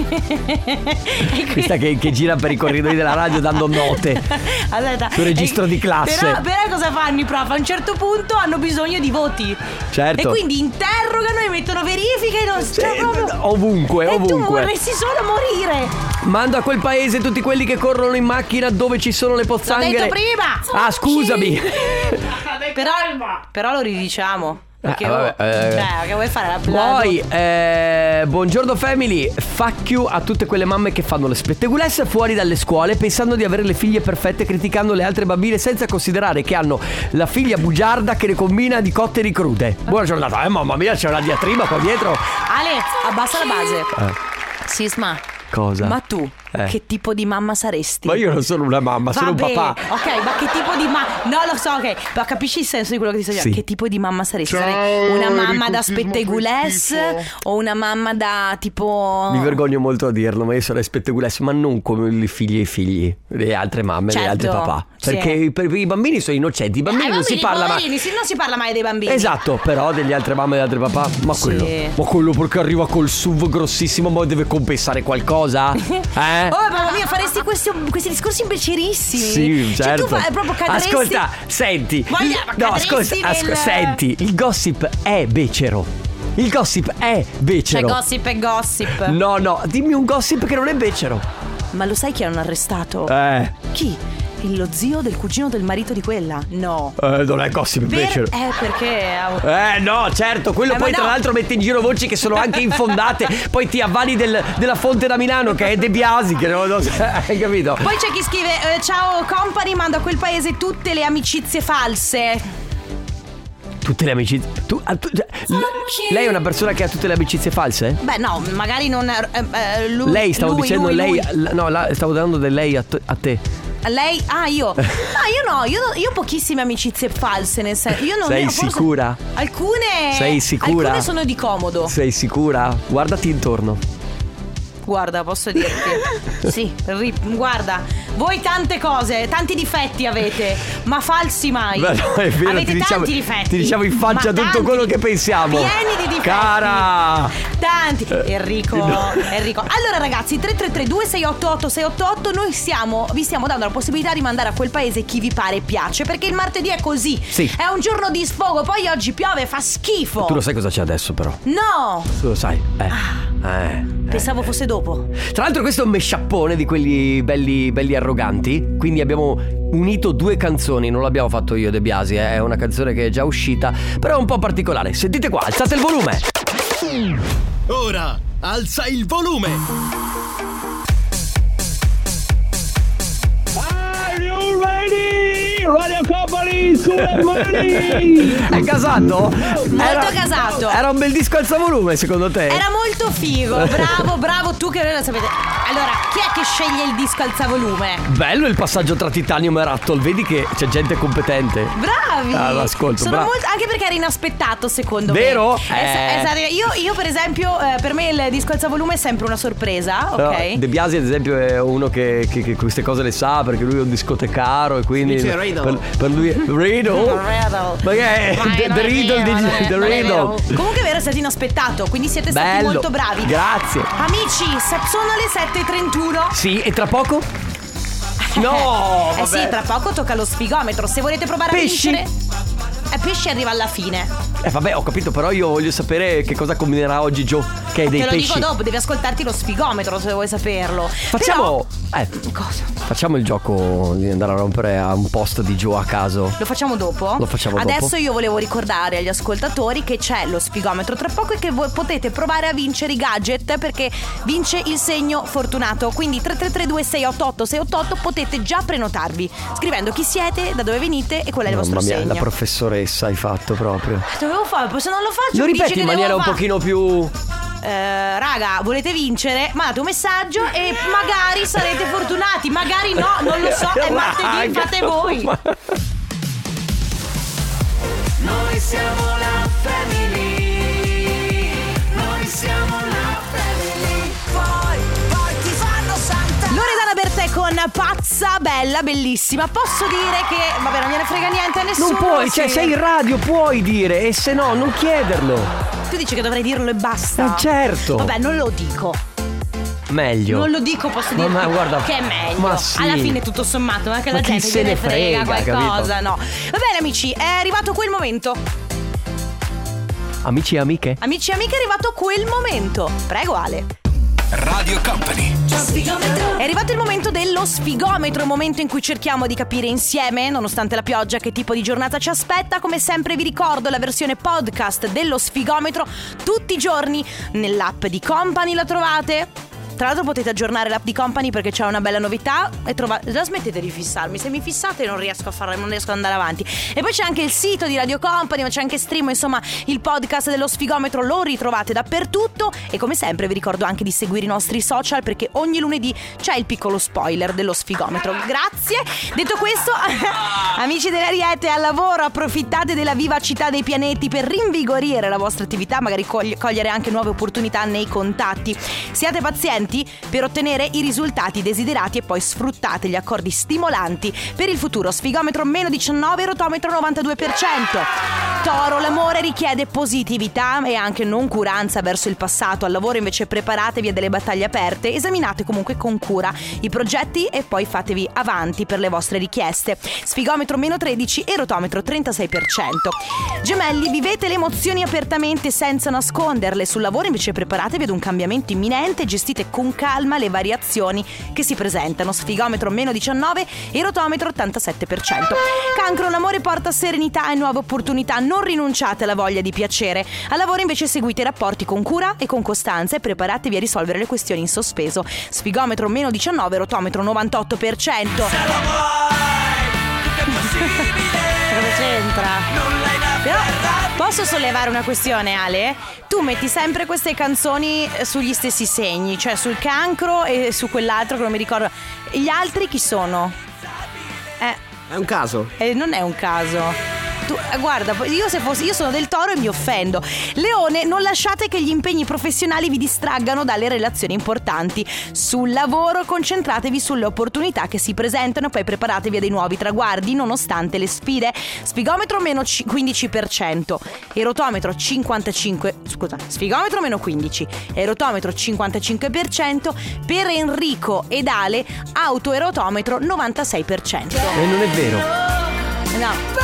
E
Questa che, che gira per i corridoi della radio dando note.
Aspetta.
Sul registro
E-
di classe.
Però, però cosa fanno i prof? A un certo punto hanno bisogno di voti.
Certo.
E quindi interrogano e mettono verifiche e non
Sì,
cioè, proprio-
ovunque,
E tu
ovunque.
vorresti solo morire.
Mando a quel paese tutti quelli che corrono in macchina dove ci sono le
L'ho
pozzanghere.
detto prima.
Ah, scusami.
Però, però lo ridiciamo. Perché
Eh,
oh,
vabbè, eh.
cioè, che vuoi fare la
Poi, eh, buongiorno family. Fuck you a tutte quelle mamme che fanno le spettegulesse fuori dalle scuole pensando di avere le figlie perfette, criticando le altre bambine senza considerare che hanno la figlia bugiarda che le combina di cotte e di crude. Buona giornata. Eh, mamma mia, c'è una diatriba qua dietro.
Ale, abbassa la base.
Eh,
Sisma.
cosa?
Ma tu
Eh.
che tipo di mamma saresti?
Ma io non sono una mamma, sono un
Vabbè,
papà.
ok, ma che tipo di mamma? No, lo so, ok, ma capisci il senso di quello che ti sto dicendo?
Sì.
Che tipo di mamma saresti?
Ciao,
Sarei una mamma da
Enrico,
spettegules o una mamma da tipo...
Mi vergogno molto a dirlo, ma io sarei spettegulesse, ma non come i figli e i figli, le altre mamme,
Certo,
le altre papà.
sì.
Perché per i bambini sono innocenti, i bambini
Eh,
non si
bambini,
parla mai.
poverini, sì, non si parla mai dei bambini.
Esatto, però degli altre mamme e degli altri papà, ma
Sì.
quello, ma quello perché arriva col S U V grossissimo, ma deve compensare qualcosa? Eh? Eh?
Oh mamma mia, faresti questi, questi discorsi imbecerissimi.
Sì, certo.
Cioè tu fai, proprio cadresti.
Ascolta, senti.
Ma
il-
ma
no,
cadresti
ascolta, ascolta,
nel-
senti. Il gossip è becero. Il gossip è
C'è
becero.
gossip e gossip.
No, no, dimmi un gossip che non è becero.
Ma lo sai chi hanno arrestato?
Eh.
Chi? Il- Lo zio del cugino del marito di quella? No.
Eh, non è gossip
Per-
becero.
Eh, perché?
Eh no, certo, quello
Eh,
poi
ma
tra
no.
l'altro mette in giro voci che sono anche infondate. Poi ti avvali del- della fonte da Milano che è De Biasi, che non lo so, hai capito?
Poi c'è chi scrive eh, ciao company, mando a quel paese tutte le amicizie false.
Tutte le amicizie. Tu, ah, tu- cioè, l- lei è una persona che ha tutte le amicizie false?
Beh no, magari non eh, eh, lui,
lei stavo
lui,
dicendo
lui,
lei.
lui.
l- No, la, stavo dando del lei a, t- a te.
Lei? Ah io? No io no, io, io ho pochissime amicizie false nel senso. Io non
Sei
ne ho, forse-
sicura?
Alcune.
Sei sicura?
Alcune sono di comodo.
Sei sicura? Guardati intorno.
Guarda, posso dirti. Sì, ri- guarda, voi tante cose, tanti difetti avete, ma falsi mai.
Beh, no, è vero,
avete
ti diciamo,
tanti difetti.
ti diciamo in faccia
ma
tutto
tanti,
quello che pensiamo.
Pieni di difetti.
Cara!
Tanti. Enrico,
no.
Enrico. Allora ragazzi, tre tre tre due sei otto otto sei otto otto, noi siamo, vi stiamo dando la possibilità di mandare a quel paese chi vi pare e piace, perché il martedì è così.
Sì.
È un giorno di sfogo, poi oggi piove, fa schifo.
Tu lo sai cosa c'è adesso però?
No.
Tu lo sai? Eh. Eh.
Pensavo fosse dopo.
Tra l'altro questo è un mesciappone di quelli belli, belli arroganti. Quindi abbiamo unito due canzoni. Non l'abbiamo fatto io, De Biasi, eh. È una canzone che è già uscita, però è un po' particolare. Sentite qua, alzate il volume.
Ora alza il volume.
Are you ready? Radio Company sulle mani!
È casato?
Molto
Era-
casato.
Era un bel disco alza volume secondo te?
Era molto figo, bravo, bravo, tu che non lo sapete. Allora, chi è che sceglie il disco alzavolume?
Bello il passaggio tra Titanium e Rattle. Vedi che c'è gente competente.
Bravi!
Ah, l'ascolto,
Sono
bravo.
molto, anche perché era inaspettato secondo
Vero?
me.
Eh.
Esatto, io, io per esempio, eh, per me il disco alzavolume è sempre una sorpresa,
No,
ok?
De Biasi ad esempio è uno che, che- che queste cose le sa, perché lui è un discotecaro e quindi
Si dice Riddle.
per, per lui è Riddle.
Riddle.
Ma che è?
Ma
The,
non
the
è
Riddle
vero,
di
non è-
The
non è
Riddle.
vero. Comunque è vero, è stato inaspettato, quindi siete stati
Bello.
molto bravi.
Grazie.
Amici, se- sono le sette e trentuno.
Sì, e tra poco? No,
Eh
vabbè.
sì, tra poco tocca lo sfigometro. Se volete provare
Pesci?
a vincere, eh, pesci arriva alla fine.
Eh vabbè, ho capito, però io voglio sapere che cosa combinerà oggi Joe, che è dei
Te lo
pesci.
dico dopo, devi ascoltarti lo sfigometro se vuoi saperlo.
Facciamo eh,
Cosa?
Facciamo il gioco di andare a rompere a un post di Joe a caso.
Lo facciamo dopo?
Lo facciamo dopo.
Adesso io volevo ricordare agli ascoltatori che c'è lo sfigometro tra poco e che voi potete provare a vincere i gadget, perché vince il segno fortunato. Quindi tre tre tre due sei otto otto sei otto otto potete già prenotarvi scrivendo chi siete, da dove venite e qual è il vostro
Mamma mia,
segno.
la professoressa hai fatto proprio.
Dovevo fare, poi se non lo faccio
Lo
mi dici
ripeti
che
in
devo
maniera un
fare.
pochino più...
Eh, raga, volete vincere? Mandate un messaggio e magari sarete fortunati, magari no, non lo so, è martedì,
Raga.
fate voi.
Noi siamo la family. Noi siamo la family. Poi, poi ti fanno santa.
Loredana Bertè con Pazza, bella, bellissima. Posso dire che, vabbè, non gliene frega niente a nessuno.
Non puoi,
sì.
cioè sei in radio, puoi dire, e se no non chiederlo.
Tu dici che dovrei dirlo e basta?
Eh, certo.
Vabbè, non lo dico.
Meglio.
Non lo dico, posso
Ma-
dire
ma guarda,
che è meglio.
ma sì.
Alla fine tutto sommato, ma che
Ma
la
chi
gente
se
gliene
ne
frega,
frega,
qualcosa,
capito?
no. Va bene amici, è arrivato quel momento.
Amici e amiche?
Amici e amiche, è arrivato quel momento. Prego Ale.
Radio Company.
È arrivato il momento dello sfigometro, momento in cui cerchiamo di capire insieme, nonostante la pioggia, che tipo di giornata ci aspetta. Come sempre vi ricordo la versione podcast dello sfigometro tutti i giorni nell'app di Company, la trovate. Tra l'altro potete aggiornare l'app di Company perché c'è una bella novità e trovate. Già smettete di fissarmi, se mi fissate non riesco a fare, non riesco ad andare avanti. E poi c'è anche il sito di Radio Company, ma c'è anche Stream, insomma il podcast dello sfigometro lo ritrovate dappertutto. E come sempre vi ricordo anche di seguire i nostri social, perché ogni lunedì c'è il piccolo spoiler dello sfigometro. Grazie. Detto questo, amici dell'Ariete, al lavoro approfittate della vivacità dei pianeti per rinvigorire la vostra attività, magari cogli- cogliere anche nuove opportunità nei contatti. Siate pazienti per ottenere i risultati desiderati e poi sfruttate gli accordi stimolanti per il futuro. Sfigometro meno diciannove, rotometro novantadue per cento. Toro, l'amore richiede positività e anche noncuranza verso il passato. Al lavoro invece preparatevi a delle battaglie aperte, esaminate comunque con cura i progetti e poi fatevi avanti per le vostre richieste. Sfigometro meno tredici e rotometro trentasei per cento. Gemelli, vivete le emozioni apertamente senza nasconderle. Sul lavoro invece preparatevi ad un cambiamento imminente e gestite con calma le variazioni che si presentano. Sfigometro meno diciannove e rotometro ottantasette per cento. Cancro, l'amore porta serenità e nuove opportunità, non rinunciate alla voglia di piacere. Al lavoro invece seguite i rapporti con cura e con costanza e preparatevi a risolvere le questioni in sospeso. Sfigometro meno diciannove, rotometro novantotto per cento. Cosa c'entra? Però posso sollevare una questione, Ale? Tu metti sempre queste canzoni sugli stessi segni, cioè sul Cancro e su quell'altro che non mi ricordo. Gli altri chi sono? Eh,
È un caso.
eh, non è un caso. Tu, eh, guarda, io se fossi io sono del Toro e mi offendo. Leone, non lasciate che gli impegni professionali vi distraggano dalle relazioni importanti. Sul lavoro concentratevi sulle opportunità che si presentano e poi preparatevi a dei nuovi traguardi nonostante le sfide. Sfigometro meno quindici per cento e rotometro cinquantacinque. Scusa, sfigometro meno quindici e rotometro cinquantacinque per cento. Per Enrico ed Ale, auto e rotometro novantasei per cento.
E non è vero.
No.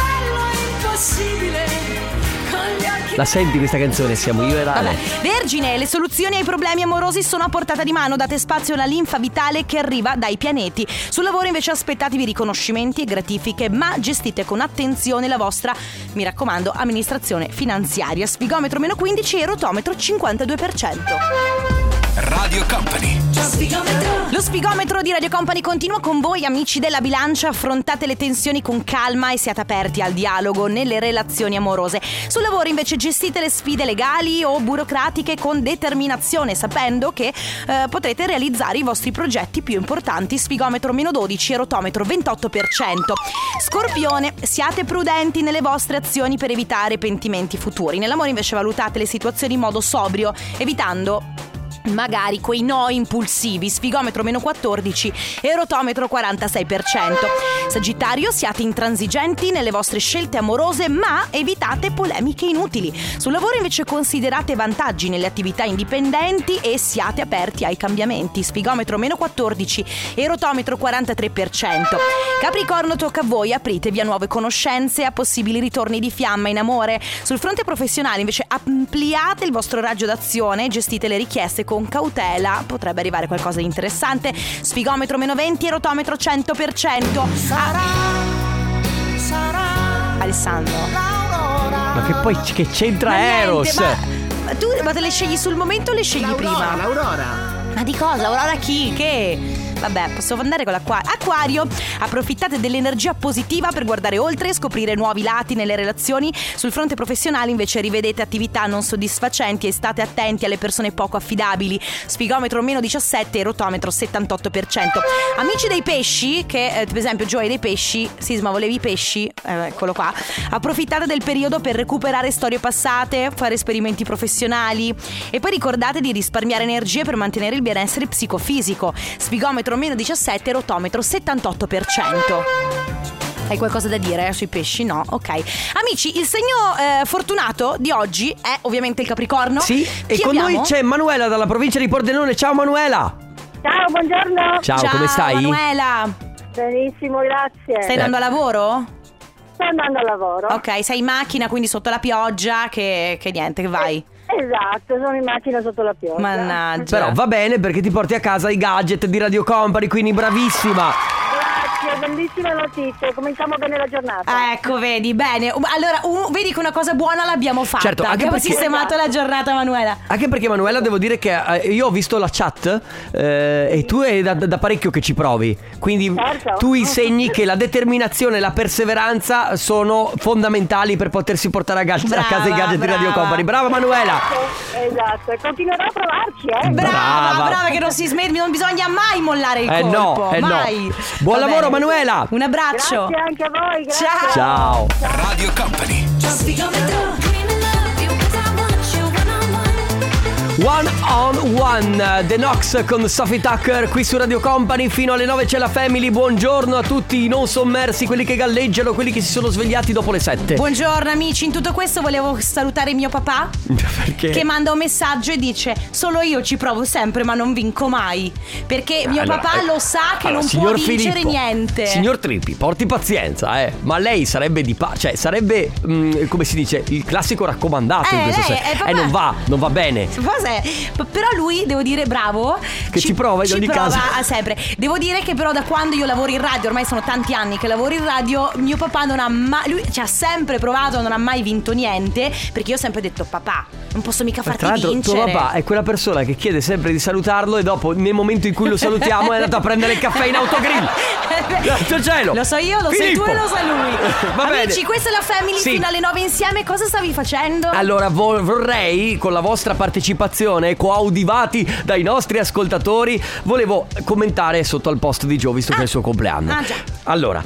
La senti questa canzone? Siamo io e Ale.
Vabbè. Vergine, le soluzioni ai problemi amorosi sono a portata di mano. Date spazio alla linfa vitale che arriva dai pianeti. Sul lavoro invece aspettatevi riconoscimenti e gratifiche, ma gestite con attenzione la vostra, mi raccomando, amministrazione finanziaria. Sfigometro meno quindici e rotometro cinquantadue per cento.
Radio Company.
Lo sfigometro di Radio Company continua con voi, amici della bilancia. Affrontate le tensioni con calma e siate aperti al dialogo nelle relazioni amorose. Sul lavoro invece gestite le sfide legali o burocratiche con determinazione, sapendo che eh, potrete realizzare i vostri progetti più importanti. Sfigometro meno dodici e rotometro ventotto per cento. Scorpione, siate prudenti nelle vostre azioni per evitare pentimenti futuri. Nell'amore invece valutate le situazioni in modo sobrio, evitando magari quei no impulsivi. Sfigometro meno quattordici e rotometro quarantasei per cento. Sagittario, siate intransigenti nelle vostre scelte amorose, ma evitate polemiche inutili. Sul lavoro invece considerate vantaggi nelle attività indipendenti e siate aperti ai cambiamenti. Sfigometro meno quattordici e rotometro quarantatré per cento. Capricorno, tocca a voi, apritevi a nuove conoscenze, a possibili ritorni di fiamma in amore. Sul fronte professionale invece ampliate il vostro raggio d'azione, gestite le richieste con cautela, potrebbe arrivare qualcosa di interessante. Sfigometro meno venti e rotometro cento per cento. Sarà, sarà Alessandro.
Ma che poi che c'entra
Ma niente,
Eros?
ma, ma tu ma te le scegli sul momento o le scegli
L'Aurora,
prima?
L'Aurora.
Ma di cosa? Aurora chi? Che? Vabbè, posso andare con l'acquario. Acquario, approfittate dell'energia positiva per guardare oltre e scoprire nuovi lati nelle relazioni. Sul fronte professionale invece rivedete attività non soddisfacenti e state attenti alle persone poco affidabili. Sfigometro meno diciassette e rotometro settantotto per cento. Amici dei pesci, che eh, per esempio Gioia dei pesci, Sisma volevi i pesci? Eh, eccolo qua. Approfittate del periodo per recuperare storie passate, fare esperimenti professionali e poi ricordate di risparmiare energie per mantenere il benessere psicofisico. Sfigometro meno diciassette, rotometro settantotto per cento. Hai qualcosa da dire eh, sui pesci? No? Ok. Amici, il segno eh, fortunato di oggi è ovviamente il Capricorno.
Sì,
Chi
e con
abbiamo?
noi c'è Manuela dalla provincia di Pordenone. Ciao Manuela.
Ciao, buongiorno.
Ciao,
Ciao,
come stai?
Manuela.
Benissimo, grazie.
Stai andando a lavoro?
Sto andando a lavoro.
Ok, sei in macchina, quindi sotto la pioggia, che, che niente, che vai.
Esatto, sono in macchina sotto la pioggia.
Mannaggia.
Però va bene perché ti porti a casa i gadget di Radio Company, quindi bravissima.
Grazie, bellissime notizie. Cominciamo bene la giornata.
Ecco, vedi, bene. Allora, un- vedi che una cosa buona l'abbiamo fatta.
Certo, anche
Abbiamo
perché-
sistemato la giornata, Manuela.
Anche perché Manuela devo dire che eh, io ho visto la chat eh, e tu è da, da parecchio che ci provi. Quindi
Certo.
tu insegni che la determinazione e la perseveranza sono fondamentali per potersi portare a, ga- a
Brava,
casa i gadget di Radio
brava.
Company. Brava Manuela.
Esatto, e continuerò a provarci, eh.
Brava,
Brava.
brava, che non si smette, non bisogna mai mollare il
Eh no,
colpo.
eh no.
mai.
Buon
Va
lavoro,
bene.
Manuela.
Un abbraccio.
Grazie anche a voi, grazie.
Ciao.
Ciao.
Radio Company.
One on One, The Knox con Sophie Tucker qui su Radio Company. Fino alle nove c'è la Family. Buongiorno a tutti i non sommersi, quelli che galleggiano, quelli che si sono svegliati dopo le sette.
Buongiorno amici, in tutto questo volevo salutare mio papà.
Perché?
Che manda un messaggio e dice: solo io ci provo sempre ma non vinco mai. Perché mio
allora,
papà
eh,
lo sa che
allora,
non può vincere
Filippo,
niente.
Signor Trippi, porti pazienza, eh. Ma lei sarebbe di pa- cioè sarebbe mh, come si dice, il classico raccomandato
eh,
in questo
lei,
senso.
eh, papà,
eh non va, non va bene.
Cos'è? Però lui, devo dire, bravo,
Che ci, ci prova in
ci
ogni
prova
caso
sempre. Devo dire che però da quando io lavoro in radio, ormai sono tanti anni che lavoro in radio, mio papà non ha mai, lui ci ha sempre provato, non ha mai vinto niente. Perché io ho sempre detto: papà, non posso mica farti
Tra l'altro,
vincere.
tuo papà è quella persona che chiede sempre di salutarlo e dopo, nel momento in cui lo salutiamo, è andato a prendere il caffè in autogrill. Grazie cielo.
Lo so io, lo
Filippo.
sei tu e lo sai lui.
Va
Amici,
bene.
questa è la Family,
sì.
Fino alle nove insieme. Cosa stavi facendo?
Allora vo- vorrei, con la vostra partecipazione, coaudivati dai nostri ascoltatori, volevo commentare sotto al post di Gio, visto ah. che è il suo compleanno.
Ah, già.
Allora,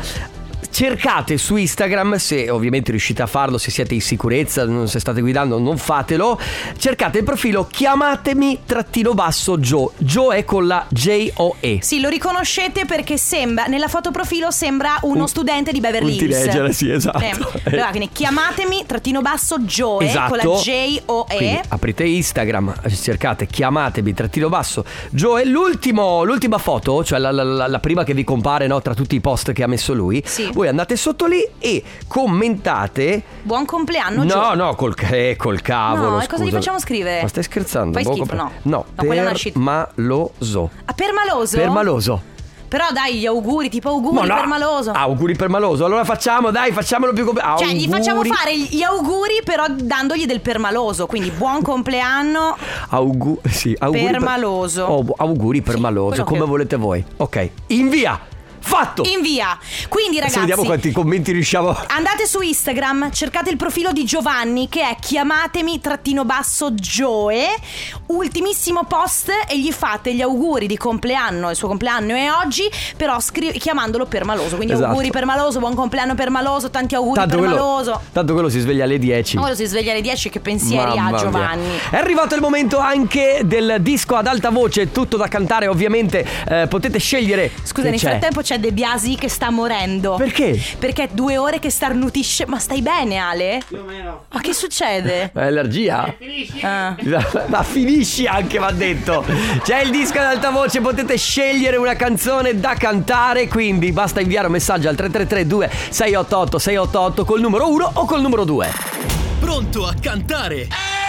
cercate su Instagram, se ovviamente riuscite a farlo, se siete in sicurezza, non se state guidando non fatelo. Cercate il profilo chiamatemi trattino basso Gio. Gio è con la J O E.
Sì, lo riconoscete perché sembra, nella foto profilo sembra uno
un,
studente di Beverly Hills.
Un teenager, sì, esatto.
Eh, allora, quindi chiamatemi trattino basso Joe, esatto. Con la J O E.
Quindi aprite Instagram, cercate chiamatemi trattino basso Joe. L'ultimo, l'ultima foto, cioè la, la, la prima che vi compare, no, tra tutti i post che ha messo lui.
Sì.
Voi andate sotto lì e commentate
buon compleanno
No,
Joe.
no, col, eh, col cavolo.
No, e cosa gli facciamo scrivere?
Ma stai scherzando?
Fai
buon
schifo,
compleanno.
no.
No,
No,
permaloso.
Ah, permaloso?
Permaloso.
Però dai, gli auguri, tipo auguri
Ma no.
per Maloso.
Auguri per Maloso. Allora facciamo, dai, facciamolo più completo.
Cioè, gli facciamo fare gli auguri, però dandogli del permaloso. Quindi buon compleanno.
Augu- sì, auguri
per Maloso.
Per... Oh, auguri per
sì,
Maloso, come
che...
volete voi. Ok, invia. Fatto!
Invia. Quindi ragazzi,
adesso vediamo quanti commenti riusciamo.
Andate su Instagram, cercate il profilo di Giovanni, che è chiamatemi trattino basso Joe. Ultimissimo post e gli fate gli auguri di compleanno. Il suo compleanno è oggi, però scri- chiamandolo per Maloso. Quindi esatto. Auguri per Maloso, buon compleanno per Maloso, tanti auguri tanto per
quello,
Maloso.
Tanto quello si sveglia alle dieci.
Quello si sveglia alle dieci, che pensieri
Mamma
ha Giovanni
mia. È arrivato il momento anche del disco ad alta voce, tutto da cantare ovviamente. eh, Potete scegliere.
Scusa, nel
c'è?
frattempo c'è De Biasi che sta morendo.
Perché?
Perché due ore che starnutisce. Ma stai bene, Ale?
Più o meno.
Ma che succede?
È allergia?
Eh, finisci?
Ah.
Ma finisci anche, va detto. C'è il disco ad alta voce, potete scegliere una canzone da cantare, quindi basta inviare un messaggio al tre tre tre due sei otto otto sei otto otto col numero uno o col numero due.
Pronto a cantare?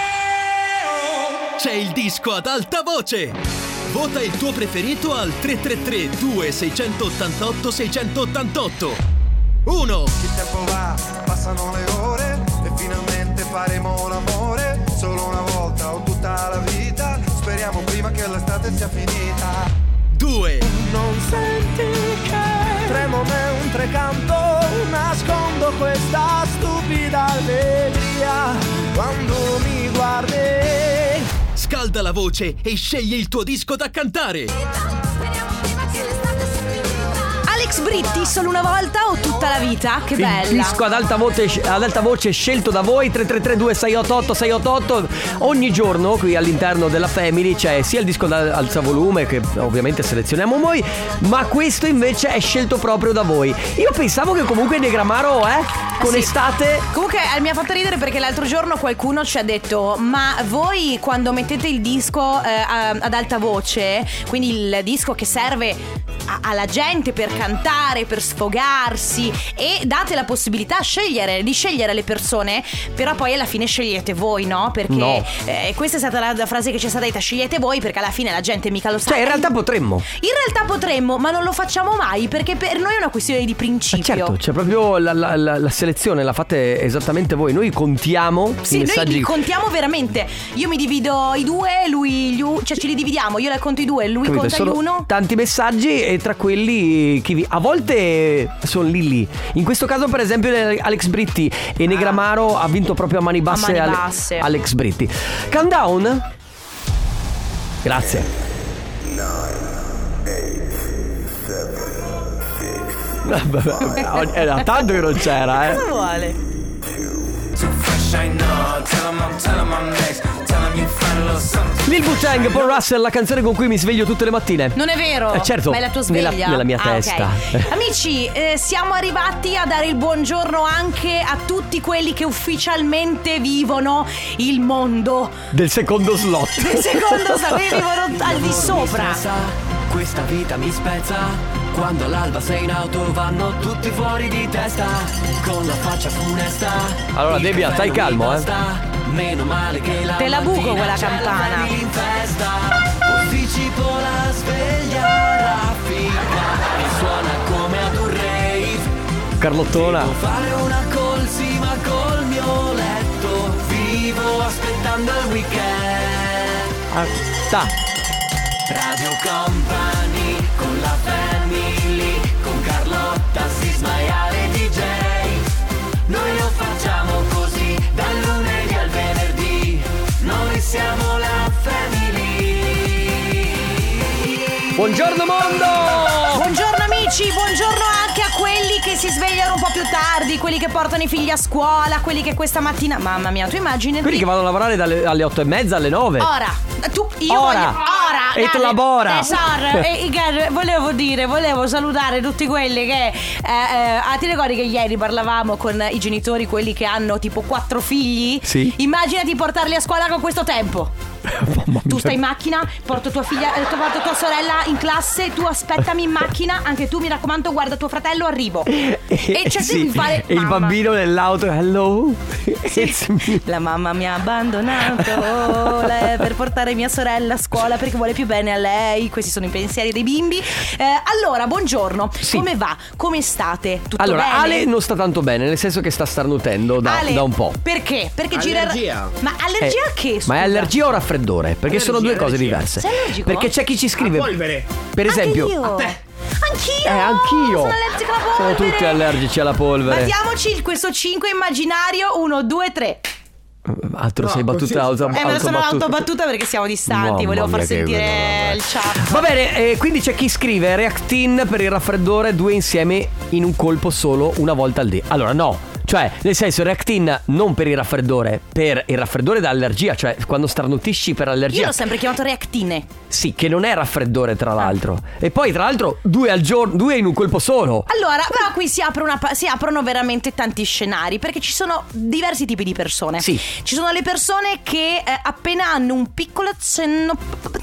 C'è il disco ad alta voce. Vota il tuo preferito al tre tre tre due sei otto otto sei otto otto. uno.
Il tempo va, passano le ore e finalmente faremo l'amore. Solo una volta o tutta la vita. Speriamo prima che l'estate sia finita.
due.
Non senti che tremo mentre canto, nascondo questa stupida allegria quando mi guardi.
Scalda la voce e scegli il tuo disco da cantare.
Alex Britti, solo una volta o tutta la vita? Che bella.
Il disco ad alta voce, ad alta voce scelto da voi. Tre tre tre due sei otto otto sei otto otto. Ogni giorno qui all'interno della Family c'è sia il disco ad alza volume, che ovviamente selezioniamo noi, ma questo invece è scelto proprio da voi. Io pensavo che comunque Negramaro, eh, con
sì.
estate.
Comunque eh, mi ha fatto ridere perché l'altro giorno qualcuno ci ha detto: ma voi quando mettete il disco eh, ad alta voce, quindi il disco che serve a- alla gente per cantare, per sfogarsi, e date la possibilità a scegliere, di scegliere le persone, però poi alla fine scegliete voi, no? Perché
no.
Eh, questa è stata la, la frase che ci è stata detta: scegliete voi, perché alla fine la gente mica lo sa.
Cioè in realtà potremmo.
In realtà potremmo, ma non lo facciamo mai, perché per noi è una questione di principio.
Ma certo, c'è proprio la, la, la, la selezione, la fate esattamente voi. Noi contiamo
sì,
i messaggi.
Noi contiamo veramente. Io mi divido i due, lui gli u- cioè ci li dividiamo. Io le conto i due, lui
Capito?
conta
Sono
gli uno.
Tanti messaggi e tra quelli chi vi... a volte sono lì lì. In questo caso per esempio Alex Britti e Negramaro ha vinto proprio a mani basse,
a mani
Ale-
basse.
Alex Britti. Countdown. Grazie. Vabbè, era tanto che non c'era, eh.
Cosa vuole?
sunshine, no. Tell 'em I'm, tell 'em I'm next. Tell 'em you find a little something.
Lil Wu-Tang, Paul Russell, la canzone con cui mi sveglio tutte le mattine.
Non è vero?
Eh, certo.
Ma è la tua sveglia?
Nella, nella mia
ah,
testa.
Okay. Amici, eh, siamo arrivati a dare il buongiorno anche a tutti quelli che ufficialmente vivono il mondo
Del secondo slot.
Del secondo slot, vivono al di sopra.
Questa vita mi spezza. Quando all'alba sei in auto vanno tutti fuori di testa. Con la faccia funesta.
Allora Debbia, stai calmo, eh.
Meno male che la
te la buco quella campana.
In festa. Posticipo la sveglia raffica e suona come ad un rave.
Carlottona.
Devo fare una colsima col mio letto. Vivo aspettando il weekend.
Ah, sta.
Radio Company con la family, con Carlotta, Sisma e Ale D J. Noi lo facciamo così, dal lunedì al venerdì. Noi siamo la family.
Buongiorno mondo!
Buongiorno amici, buongiorno anche a quelli che si svegliano un po' più tardi, quelli che portano i figli a scuola, quelli che questa mattina, mamma mia, tu immagini
Quelli che vanno a lavorare dalle, alle otto e mezza alle nove.
Ora, tu, io
Ora.
voglio ora
E te labora.
Tesoro, e, e, volevo dire, volevo salutare tutti quelli che eh, eh, ah, ti ricordi che ieri parlavamo con i genitori, quelli che hanno tipo quattro figli?
Sì.
Immaginati portarli a scuola con questo tempo. Tu stai in macchina, porto tua figlia, eh, porto tua sorella in classe, tu aspettami in macchina, anche tu mi raccomando, guarda tuo fratello, arrivo. E c'è
sì.
di fare
E il
mamma.
bambino nell'auto, hello.
Sì. La mamma mi ha abbandonato le- per portare mia sorella a scuola perché vuole più bene a lei. Questi sono i pensieri dei bimbi. eh, Allora, buongiorno,
Sì.
come va? Come state? Tutto
Allora,
bene?
Ale non sta tanto bene, nel senso che sta starnutendo da,
Ale,
da un po'.
Perché? Perché
Allergia.
gira. Ma allergia
Eh,
a che?
Ma è
scusa?
allergia o raffreddore? Perché sono due
Allergia,
cose
allergia.
diverse.
Sei allergico?
Perché c'è chi ci scrive.
A polvere.
Per esempio,
Anche io.
A te.
Anch'io.
Eh, anch'io.
Sono allergica alla
Sono
polvere.
tutti allergici alla polvere.
Battiamoci questo cinque immaginario. uno, due, tre.
Altro sei
No,
battuta
così-
auto,
Eh, me lo sono
autobattuta.
autobattuta perché siamo distanti.
Mamma
Volevo far
mia, che
sentire
bello,
il chat.
Va bene, eh, quindi c'è chi scrive Reactin per il raffreddore, due insieme in un colpo solo, una volta al dì. Allora no, cioè nel senso Reactin non per il raffreddore, per il raffreddore da allergia, cioè quando starnutisci per allergia.
Io l'ho sempre chiamato Reactine.
Sì, che non è raffreddore tra l'altro. E poi tra l'altro due al giorno, due in un colpo solo.
Allora, però qui si, apre una pa- si aprono veramente tanti scenari, perché ci sono diversi tipi di persone.
Sì.
Ci sono le persone che eh, appena hanno un piccolo accenno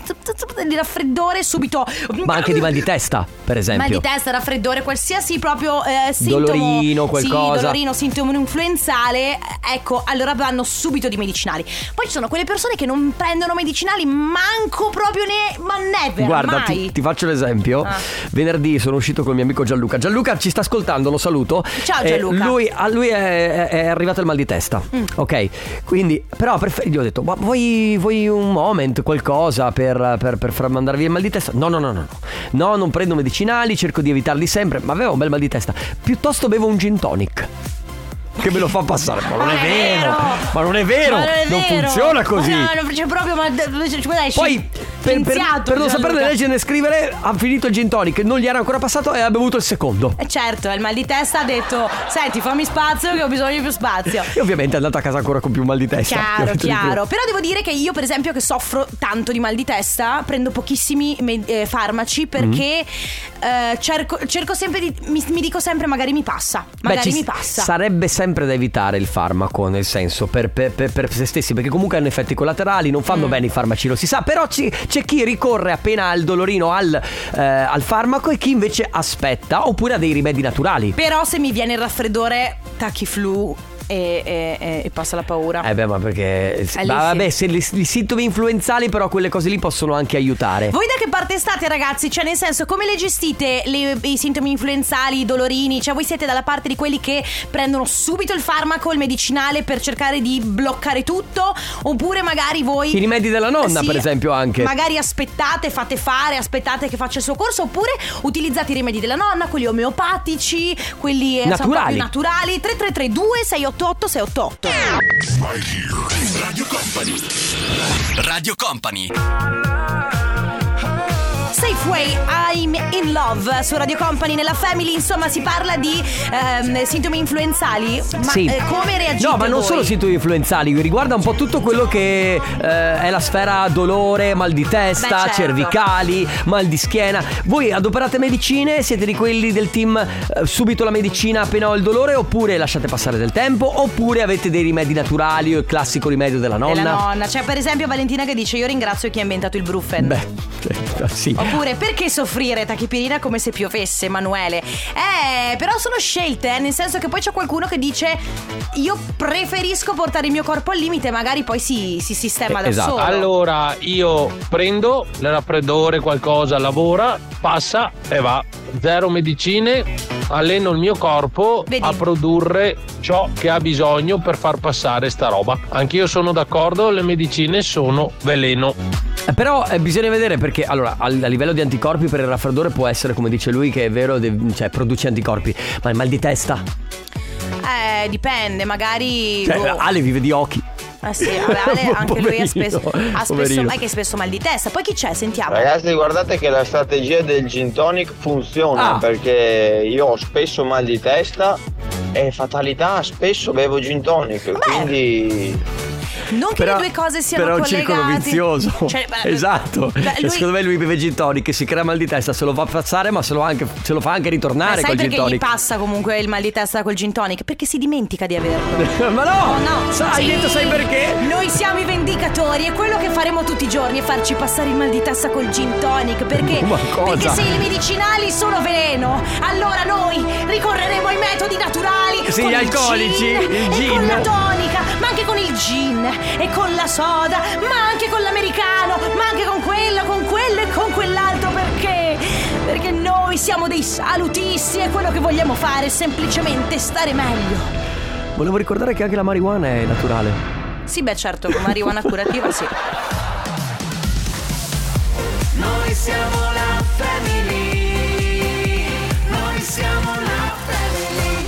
di raffreddore subito.
Ma anche di mal di testa, per esempio.
Mal di testa, raffreddore, qualsiasi proprio eh, sintomo.
Dolorino, qualcosa.
Sì, dolorino, sintomo influenzale. eh, Ecco, allora vanno subito di medicinali. Poi ci sono quelle persone che non prendono medicinali manco proprio ne. Ma never,
Guarda,
mai.
ti, ti faccio l'esempio.
Ah.
Venerdì sono uscito con il mio amico Gianluca. Gianluca ci sta ascoltando, lo saluto.
Ciao,
Eh,
Gianluca.
lui, a lui è, è arrivato il mal di testa.
Mm.
Ok, quindi però prefer- gli ho detto, ma vuoi, vuoi un moment, qualcosa per, per, per far mandare via il mal di testa? No, no, no, no, no. No, non prendo medicinali, cerco di evitarli sempre. Ma aveva un bel mal di testa. Piuttosto bevo un gin tonic che me lo fa passare. Ma non è vero. Ma non è vero.
Ma non è
Non
vero.
funziona così.
Ma no, no, c'è proprio. Ma cioè,
Poi per, per, per non saperne leggere né scrivere, ha finito il gin tonic, non gli era ancora passato e ha bevuto il secondo.
E certo, il mal di testa ha detto: senti, fammi spazio che ho bisogno di più spazio.
E ovviamente è andata a casa ancora con più mal di testa.
Chiaro,
Di più.
chiaro. Però devo dire che io, per esempio, che soffro tanto di mal di testa, prendo pochissimi me- eh, farmaci perché eh, cerco, cerco sempre di. Mi, mi dico sempre, magari mi passa. Magari
Beh, ci
mi passa.
Sarebbe sempre da evitare il farmaco, nel senso, per, per, per, per se stessi, perché comunque hanno effetti collaterali, non fanno
Mm.
bene i farmaci, lo si sa. Però ci- c'è chi ricorre appena al dolorino al, eh, al farmaco e chi invece aspetta, oppure ha dei rimedi naturali.
Però se mi viene il raffreddore, tachiflu e, e, e, e passa la paura.
Eh beh, ma perché
lì
ma vabbè,
sì.
se i i sintomi influenzali, però quelle cose lì possono anche aiutare.
Voi da che parte state, ragazzi? Cioè, nel senso, come le gestite le- i sintomi influenzali, i dolorini? Cioè, voi siete dalla parte di quelli che prendono subito il farmaco, il medicinale per cercare di bloccare tutto? Oppure magari voi
I rimedi della nonna,
Sì,
per esempio, anche.
magari aspettate, fate fare, aspettate che faccia il suo corso. Oppure utilizzate i rimedi della nonna, quelli omeopatici, quelli eh, insomma, un po'
Naturali.
più naturali. Tre tre tre due sei otto otto sei otto otto.
Radio Company. Radio Company.
Sei Safeway, I'm in love su Radio Company nella Family. Insomma, si parla di ehm, sintomi influenzali. Ma
sì.
eh, come reagite
No, ma non
voi?
solo sintomi influenzali, riguarda un po' tutto quello che eh, è la sfera dolore, mal di testa,
Beh, certo.
cervicali, mal di schiena. Voi adoperate medicine? Siete di quelli del team eh, subito la medicina appena ho il dolore, oppure lasciate passare del tempo, oppure avete dei rimedi naturali o il classico rimedio della nonna?
Della nonna. C'è per esempio Valentina che dice: io ringrazio chi ha inventato il Brufen.
Beh, sì.
Oppure perché soffrire tachipirina come se piovesse, Emanuele? Eh, però sono scelte, eh, nel senso che poi c'è qualcuno che dice: io preferisco portare il mio corpo al limite, magari poi si, si sistema da
esatto.
solo.
Allora io prendo il raffreddore, qualcosa lavora, passa e va. Zero medicine, alleno il mio corpo
Vedi?
a produrre ciò che ha bisogno per far passare sta roba. Anch'io sono d'accordo, le medicine sono veleno.
Eh, Però eh, bisogna vedere, perché allora a, a livello di anticorpi per il raffreddore può essere, come dice lui, che è vero, de- cioè produce anticorpi, ma il mal di testa,
Eh, dipende, magari.
cioè,
boh.
Ale vive di occhi.
Eh sì, vabbè, Ale, anche lui ha spesso, ha spesso,
Poverino.
ma è che spesso mal di testa. Poi chi c'è? Sentiamo.
Ragazzi, guardate che la strategia del gin tonic funziona,
Ah.
perché io ho spesso mal di testa e fatalità, spesso bevo gin tonic, quindi
Non che
Però-
le due cose siano
però è un
collegate.
circolo vizioso.
Cioè, beh,
Esatto.
beh,
Cioè,
lui-
secondo me lui beve gin tonic, che si crea mal di testa, se lo fa passare, ma se lo, anche, se lo fa anche
Ma
ritornare
sai
col gin
perché gli
tonic.
passa comunque il mal di testa col gin tonic? Perché si dimentica di averlo.
Ma no!
Oh, no.
Sai, hai detto, sai perché?
Noi siamo i vendicatori e quello che faremo tutti i giorni è farci passare il mal di testa col gin tonic. Perché?
Ma cosa?
Perché se i medicinali sono veleno, allora noi ricorreremo ai metodi naturali.
Sì,
con
gli
il
alcolici,
gin,
il
e
gin.
con la tonica, ma anche con il gin e con la soda, ma anche con l'americano, ma anche con quello, con quello e con quell'altro. Perché? Perché noi siamo dei salutisti e quello che vogliamo fare è semplicemente stare meglio.
Volevo ricordare che anche la marijuana è naturale.
Sì, beh, certo, con marijuana curativa, sì.
Noi siamo la family. Noi siamo la family.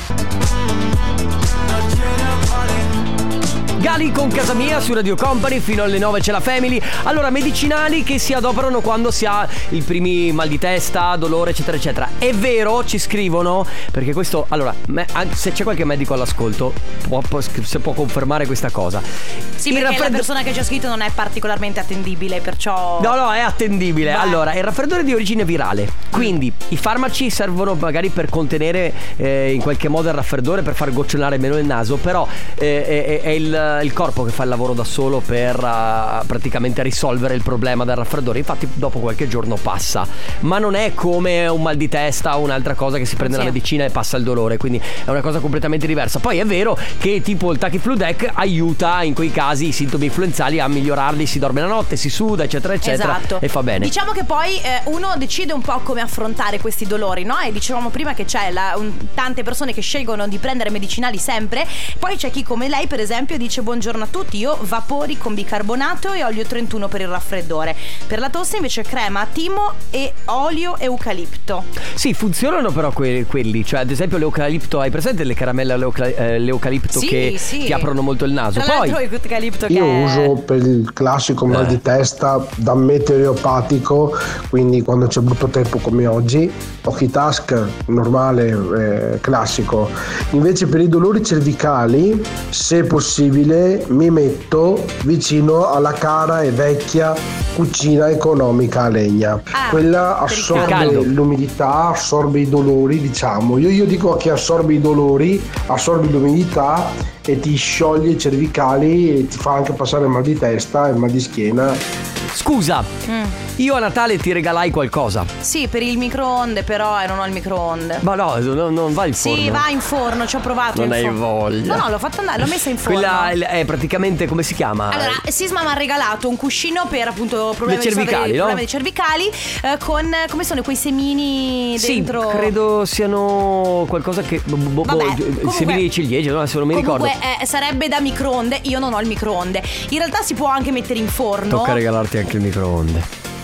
Gali con Casa Mia su Radio Company, fino alle nove c'è la Family. Allora, medicinali che si adoperano quando si ha i primi mal di testa, dolore, eccetera eccetera. È vero, ci scrivono, perché questo, allora, me- anche se c'è qualche medico all'ascolto può, può, se può confermare questa cosa.
Sì,
Il
perché
raffreddo-
la persona che ci ha scritto non è particolarmente attendibile, perciò.
No, no, è attendibile.
Beh.
Allora, il raffreddore è di origine virale, quindi i farmaci servono magari per contenere eh, in qualche modo il raffreddore, per far gocciolare meno il naso. Però eh, è, è il, il corpo che fa il lavoro da solo per uh, praticamente risolvere il problema del raffreddore. Infatti dopo qualche giorno passa, ma non è come un mal di testa o un'altra cosa che si prende
Sì.
la medicina e passa il dolore, quindi è una cosa completamente diversa. Poi è vero che tipo il Tachiflu-Dec aiuta in quei casi i sintomi influenzali a migliorarli, si dorme la notte, si suda, eccetera eccetera,
Esatto.
e fa bene.
Diciamo che poi eh, uno decide un po' come affrontare questi dolori, no? E dicevamo prima che c'è la, un, tante persone che scelgono di prendere medicinali sempre. Poi c'è chi come lei per esempio dice: buongiorno a tutti, io vapori con bicarbonato e olio trentuno per il raffreddore. Per la tosse invece crema timo e olio eucalipto.
Sì, funzionano però que- quelli, cioè ad esempio l'eucalipto, hai presente le caramelle all'euca- eh, l'eucalipto
Sì,
che
sì.
ti aprono molto il naso?
Tra
Poi
l'altro l'eucalipto che
Io
è...
uso per il classico mal di testa da meteoropatico, quindi quando c'è brutto tempo come oggi, Occhitask normale, eh, classico. Invece per i dolori cervicali, se possibile, mi metto vicino alla cara e vecchia cucina economica a legna.
Ah,
Quella
per il
assorbe
caldo.
l'umidità, assorbe i dolori, diciamo. Io, io dico che assorbe i dolori, assorbe l'umidità e ti scioglie i cervicali e ti fa anche passare il mal di testa e il mal di schiena.
scusa,
Mm.
io a Natale ti regalai qualcosa.
Sì, per il microonde, però eh, non ho il microonde.
Ma no, non, non va in forno.
Sì, va in forno, ci ho provato.
Non
in
hai
forno.
voglia.
No, no, l'ho fatta andare, l'ho messa in forno.
Quella è è praticamente, come si chiama?
Allora, Sisma mi ha regalato un cuscino per appunto problemi,
Le cervicali,
di,
no?
problemi di cervicali eh, con, come sono quei semini
Sì,
dentro.
credo siano qualcosa che bo- bo-
Vabbè,
bo-
comunque-
semini di ciliegie, no? Adesso non mi ricordo.
Comunque eh, sarebbe da microonde, io non ho il microonde. In realtà si può anche mettere in forno.
Tocca regalarti anche il microonde.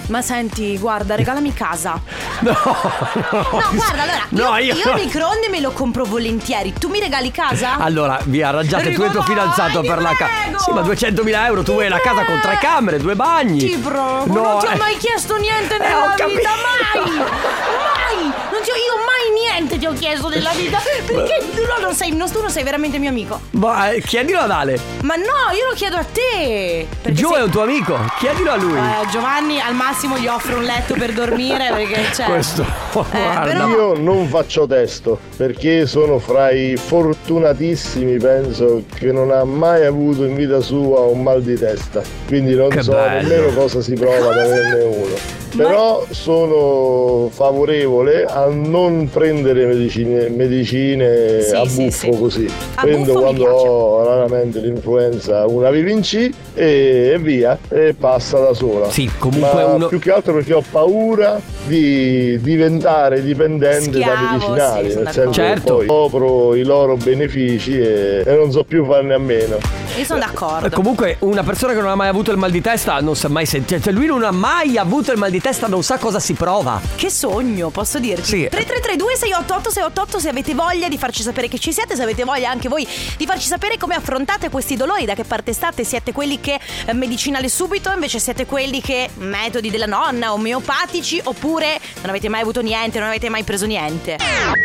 Ma senti, guarda, regalami casa.
No, no,
No, guarda, allora,
No,
io,
io-
io il microonde me lo compro volentieri. Tu mi regali casa?
Allora, vi arrangiate tu e tuo fidanzato per la casa. Sì, ma duecentomila euro, tu vuoi la casa con tre camere, due bagni.
Ti prego,
No,
non ti ho
eh.
mai chiesto niente
Eh,
nella
ho capito.
vita, mai! Mai! Non ti ho, io mai niente ti ho chiesto nella vita. Perché tu non sei, non, tu non sei veramente mio amico.
Ma eh, chiedilo ad Ale.
Ma no, io lo chiedo a te. Perché
Gio
sei-
è un tuo amico, chiedilo a lui.
Eh, Giovanni al massimo gli offro un letto per dormire perché c'è.
Questo,
però-
Io non faccio testo perché sono fra i fortunatissimi, penso, che non ha mai avuto in vita sua un mal di testa. Quindi non
Che
so
bello.
nemmeno cosa si prova ad averne uno. Però sono favorevole a non prendere medicine, medicine
Sì,
a
sì,
buffo
sì.
così.
A
Prendo
buffo mi
quando ho raramente l'influenza una Vivin C e, e via, e passa da sola.
Sì, comunque
Ma
uno-
più che altro perché ho paura di diventare dipendente
Schiavo,
dai medicinali,
sì, sono
nel senso
Certo.
che poi scopro i loro benefici e, e non so più farne a meno.
Io sono d'accordo.
Eh, Comunque una persona che non ha mai avuto il mal di testa non sa mai sentire. Cioè lui non ha mai avuto il mal di testa, non sa cosa si prova.
Che sogno, posso dirti?
Sì.
tre tre tre due sei otto otto sei otto otto se avete voglia di farci sapere che ci siete, se avete voglia anche voi di farci sapere come affrontate questi dolori, da che parte state, siete quelli che eh, medicinali subito, invece siete quelli che metodi della nonna, omeopatici, oppure non avete mai avuto niente, non avete mai preso niente.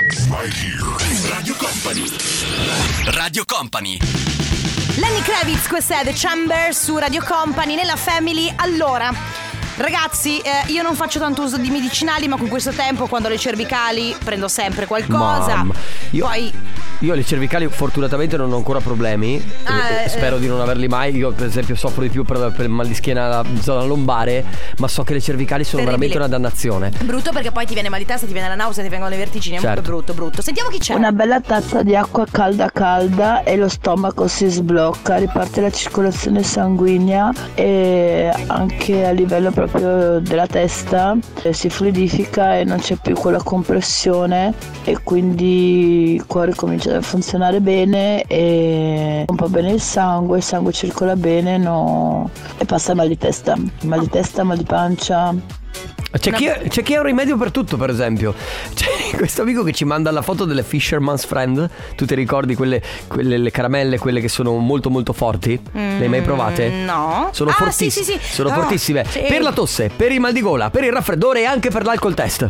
Radio Company. Radio Company.
Lenny Kravitz, questa è The Chamber su Radio Company nella Family. Allora, ragazzi, eh, io non faccio tanto uso di medicinali, ma con questo tempo, quando ho le cervicali, prendo sempre qualcosa.
Mamma. Io,
Poi
io alle cervicali fortunatamente non ho ancora problemi.
Ah,
Eh, Spero
eh.
di non averli mai. Io per esempio soffro di più per, per il mal di schiena alla zona lombare, ma so che le cervicali sono
Terribili.
veramente una dannazione.
brutto perché poi ti viene mal di testa, ti viene la nausea, ti vengono le vertigini, è
Certo.
molto brutto, brutto. Sentiamo chi c'è.
Una bella tazza di acqua calda calda e lo stomaco si sblocca, riparte la circolazione sanguigna e anche a livello proprio della testa eh, si fluidifica e non c'è più quella compressione e quindi il cuore comincia a funzionare bene e un po' bene il sangue, il sangue circola bene no, e passa il mal di testa, mal di testa, mal di pancia.
C'è, chi, c'è chi ha un rimedio per tutto, per esempio. C'è questo amico che ci manda la foto delle Fisherman's Friend. Tu ti ricordi quelle, quelle le caramelle, quelle che sono molto molto forti? Le hai mai provate?
No.
Sono
Ah,
fortissime.
sì, sì, sì.
Sono
Ah,
fortissime.
sì.
Per la tosse, per il mal di gola, per il raffreddore e anche per l'alcol test.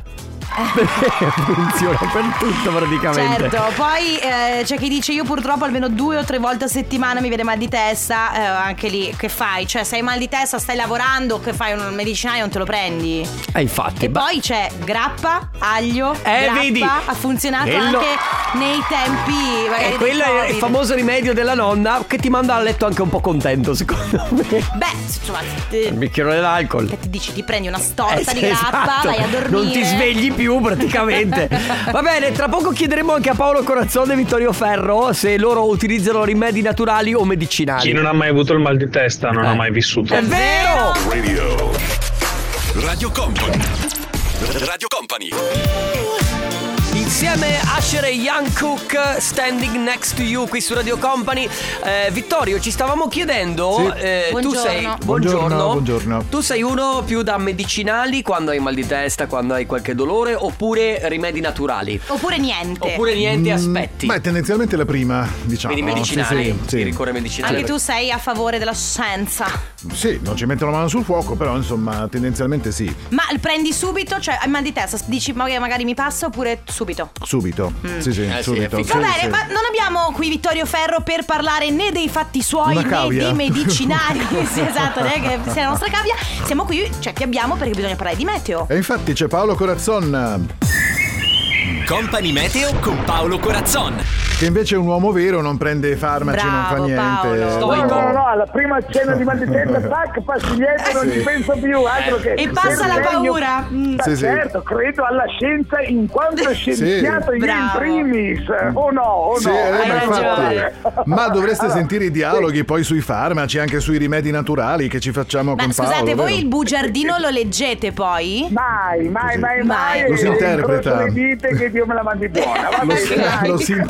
Funziona per tutto praticamente.
Certo, poi eh, c'è chi dice io purtroppo almeno due o tre volte a settimana mi viene mal di testa, eh, anche lì che fai? Cioè se hai mal di testa, stai lavorando, che fai un medicinale non te lo prendi?
Eh, infatti.
E
ba-
poi c'è grappa, aglio,
Eh,
grappa,
vedi?
ha funzionato
Quello-
anche nei tempi magari
E
del
quello è il
Covid.
famoso rimedio della nonna che ti manda a letto anche un po' contento, secondo me.
Beh, insomma, ti,
Il bicchiere dell'alcol.
che ti dici ti prendi una storta
Eh,
di
sì,
grappa,
esatto.
vai a dormire.
Non ti svegli più praticamente. Va bene, tra poco chiederemo anche a Paolo Corazzone e Vittorio Ferro se loro utilizzano rimedi naturali o medicinali.
Chi non ha mai avuto il mal di testa non ha mai vissuto.
È vero!
Radio. Radio Company. Radio Company.
Insieme Asher e Young Cook, Standing Next to You qui su Radio Company. eh, Vittorio, ci stavamo chiedendo
Sì.
eh, tu
Buongiorno.
sei
Buongiorno, buongiorno.
Tu sei uno più da medicinali quando hai mal di testa, quando hai qualche dolore, oppure rimedi naturali?
Oppure niente.
Oppure niente,
Mm,
aspetti.
Beh, tendenzialmente la prima, diciamo.
Quindi medicinali,
Sì, sì,
si
sì.
ricorre ai medicinali.
Anche tu sei a favore della scienza.
Sì, non ci metto la mano sul fuoco, però insomma, tendenzialmente sì.
Ma prendi subito, cioè hai mal di testa, dici magari, magari mi passa oppure subito?
Subito.
Mm.
Sì, sì,
Eh sì,
subito.
è
Va
Sì,
bene,
sì.
ma non abbiamo qui Vittorio Ferro per parlare né dei fatti suoi
Una
né
cavia.
dei medicinali. Sì, esatto, non è che sia la nostra cavia. Siamo qui, cioè ti abbiamo perché bisogna parlare di meteo.
E infatti c'è Paolo Corazzon,
Company Meteo con Paolo Corazzon.
che invece è un uomo vero, non prende farmaci, non fa
Bravo,
niente.
Paolo.
No, no, no, no, alla prima cena di mal di testa, tac, passi dietro, non
Sì.
ci penso più, altro che...
E passa la
per segno-
paura. Mm.
Ma
Sì, sì.
certo, credo alla scienza in quanto scienziato io in
Bravo.
primis, o no, o
Sì,
no?
eh,
hai
ma
ragione.
infatti. Ma dovreste sentire i dialoghi poi sui farmaci, anche sui rimedi naturali che ci facciamo
Ma
con Paolo.
scusate, voi
vero?
il bugiardino lo leggete poi?
Mai, mai, mai, mai.
Mai.
Lo si
e
interpreta.
incrocio le dita che Dio me la mandi buona. Va
Lo
bene,
si,
dai.
lo si interpreta.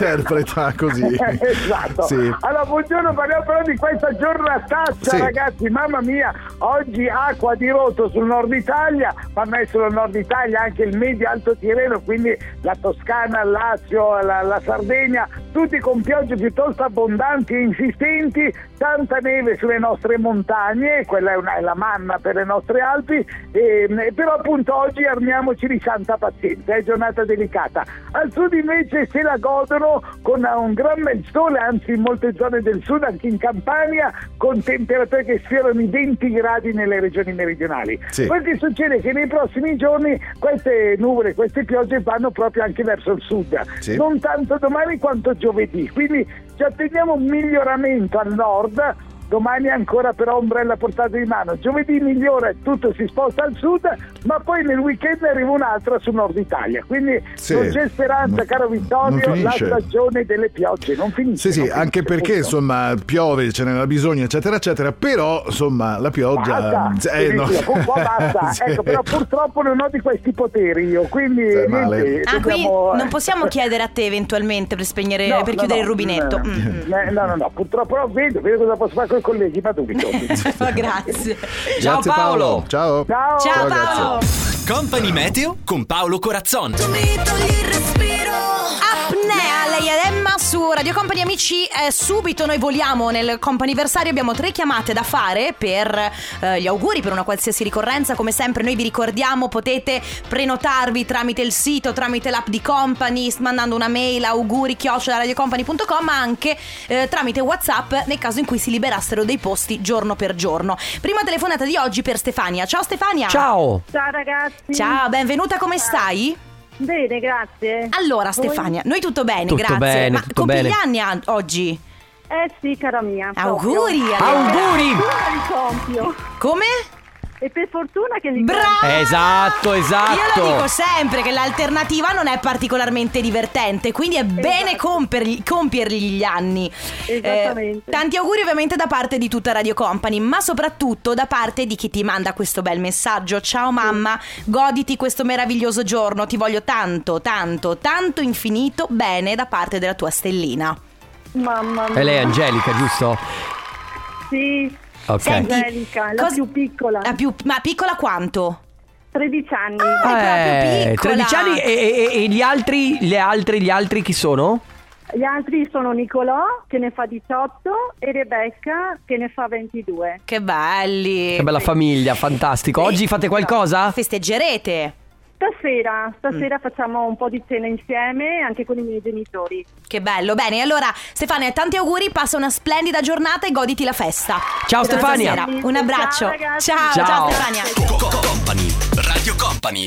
età così.
Esatto.
Sì.
Allora, buongiorno, parliamo però di questa giornataccia,
Sì.
ragazzi. Mamma mia, oggi acqua di rotto sul nord Italia, ma non è solo il nord Italia, anche il medio alto Tirreno, quindi la Toscana, il Lazio, la, la Sardegna, tutti con piogge piuttosto abbondanti e insistenti, tanta neve sulle nostre montagne, quella è, una, è la manna per le nostre Alpi, e, però appunto oggi armiamoci di santa pazienza, è giornata delicata. Al sud invece se la godono con un gran bel sole, anzi in molte zone del sud, anche in Campania, con temperature che sfiorano i venti gradi nelle regioni meridionali.
Sì.
Quel che succede è che nei prossimi giorni queste nuvole, queste piogge vanno proprio anche verso il sud,
Sì.
non tanto domani quanto giovedì, quindi ci attendiamo un miglioramento al nord. Domani ancora però ombrella a portata di mano, giovedì migliora e tutto si sposta al sud, ma poi nel weekend arriva un'altra sul nord Italia, quindi
Sì.
non c'è speranza,
Non-
caro Vittorio,
non
la
finisce.
stagione delle piogge non finisce.
Sì, sì,
non finisce,
anche perché
punto.
insomma piove, ce n'era bisogno, eccetera, eccetera, però insomma la pioggia...
Basta,
eh, no.
benissimo, un po' basta.
Sì.
Ecco, però purtroppo non ho di questi poteri io, quindi
Stai male.
niente,
Ah, qui
dobbiamo-
non possiamo chiedere a te eventualmente per spegnere,
No,
per
no,
chiudere
no,
il rubinetto.
no,
Mm.
eh, no, no, no, purtroppo no, vedo, vedo cosa posso fare con i colleghi, ma dubito.
Ma grazie.
Ciao
Grazie,
Paolo.
Ciao.
Ciao,
Ciao
grazie.
Paolo.
Company Meteo con Paolo Corazzon.
Apnea, lei ed Emma su Radio Company. Amici, eh, subito noi voliamo nel comp'anniversario. Abbiamo tre chiamate da fare per eh, gli auguri, per una qualsiasi ricorrenza. Come sempre noi vi ricordiamo, potete prenotarvi tramite il sito, tramite l'app di Company, mandando una mail a auguri chiocciola radiocompany punto com, ma anche eh, tramite WhatsApp nel caso in cui si liberassero dei posti giorno per giorno. Prima telefonata di oggi per Stefania. Ciao Stefania.
Ciao.
Ciao ragazzi.
Ciao, benvenuta, come stai?
Bene, grazie.
Allora
Voi?
Stefania, noi tutto bene,
Tutto
grazie.
bene,
Ma
tutto
compi
bene.
gli anni a- oggi?
Eh sì, cara mia.
Auguri,
proprio.
allora.
Auguri.
Per fortuna li compio.
Come?
E per fortuna che li
Brava!
compio.
Esatto, esatto.
Io lo dico sempre che l'alternativa non è particolarmente divertente, quindi è bene compergli- compiergli gli anni.
Esattamente.
Eh, tanti auguri ovviamente da parte di tutta Radio Company, ma soprattutto da parte di chi ti manda questo bel messaggio. Ciao mamma, goditi questo meraviglioso giorno, ti voglio tanto, tanto, tanto infinito bene da parte della tua stellina.
Mamma mia.
E lei è Angelica, giusto?
Sì.
Ok.
Senti,
Angelica, la
cos-
più piccola.
La più, ma piccola quanto?
tredici anni.
Ah, è proprio piccola.
tredici anni e, e- e gli altri, le altre, gli altri chi sono?
Gli altri sono Nicolò, che ne fa diciotto, e Rebecca, che ne fa ventidue.
Che belli.
Che bella famiglia, fantastico. Oggi fate qualcosa?
Festeggerete?
Stasera, stasera facciamo un po' di cena insieme, anche con i miei genitori.
Che bello. Bene, allora Stefania, tanti auguri, passa una splendida giornata e goditi la festa.
Ciao
Per
Stefania.
stasera. Un abbraccio.
Ciao, ragazzi.
Ciao, ciao,
Ciao.
Stefania.
Company, Radio Company.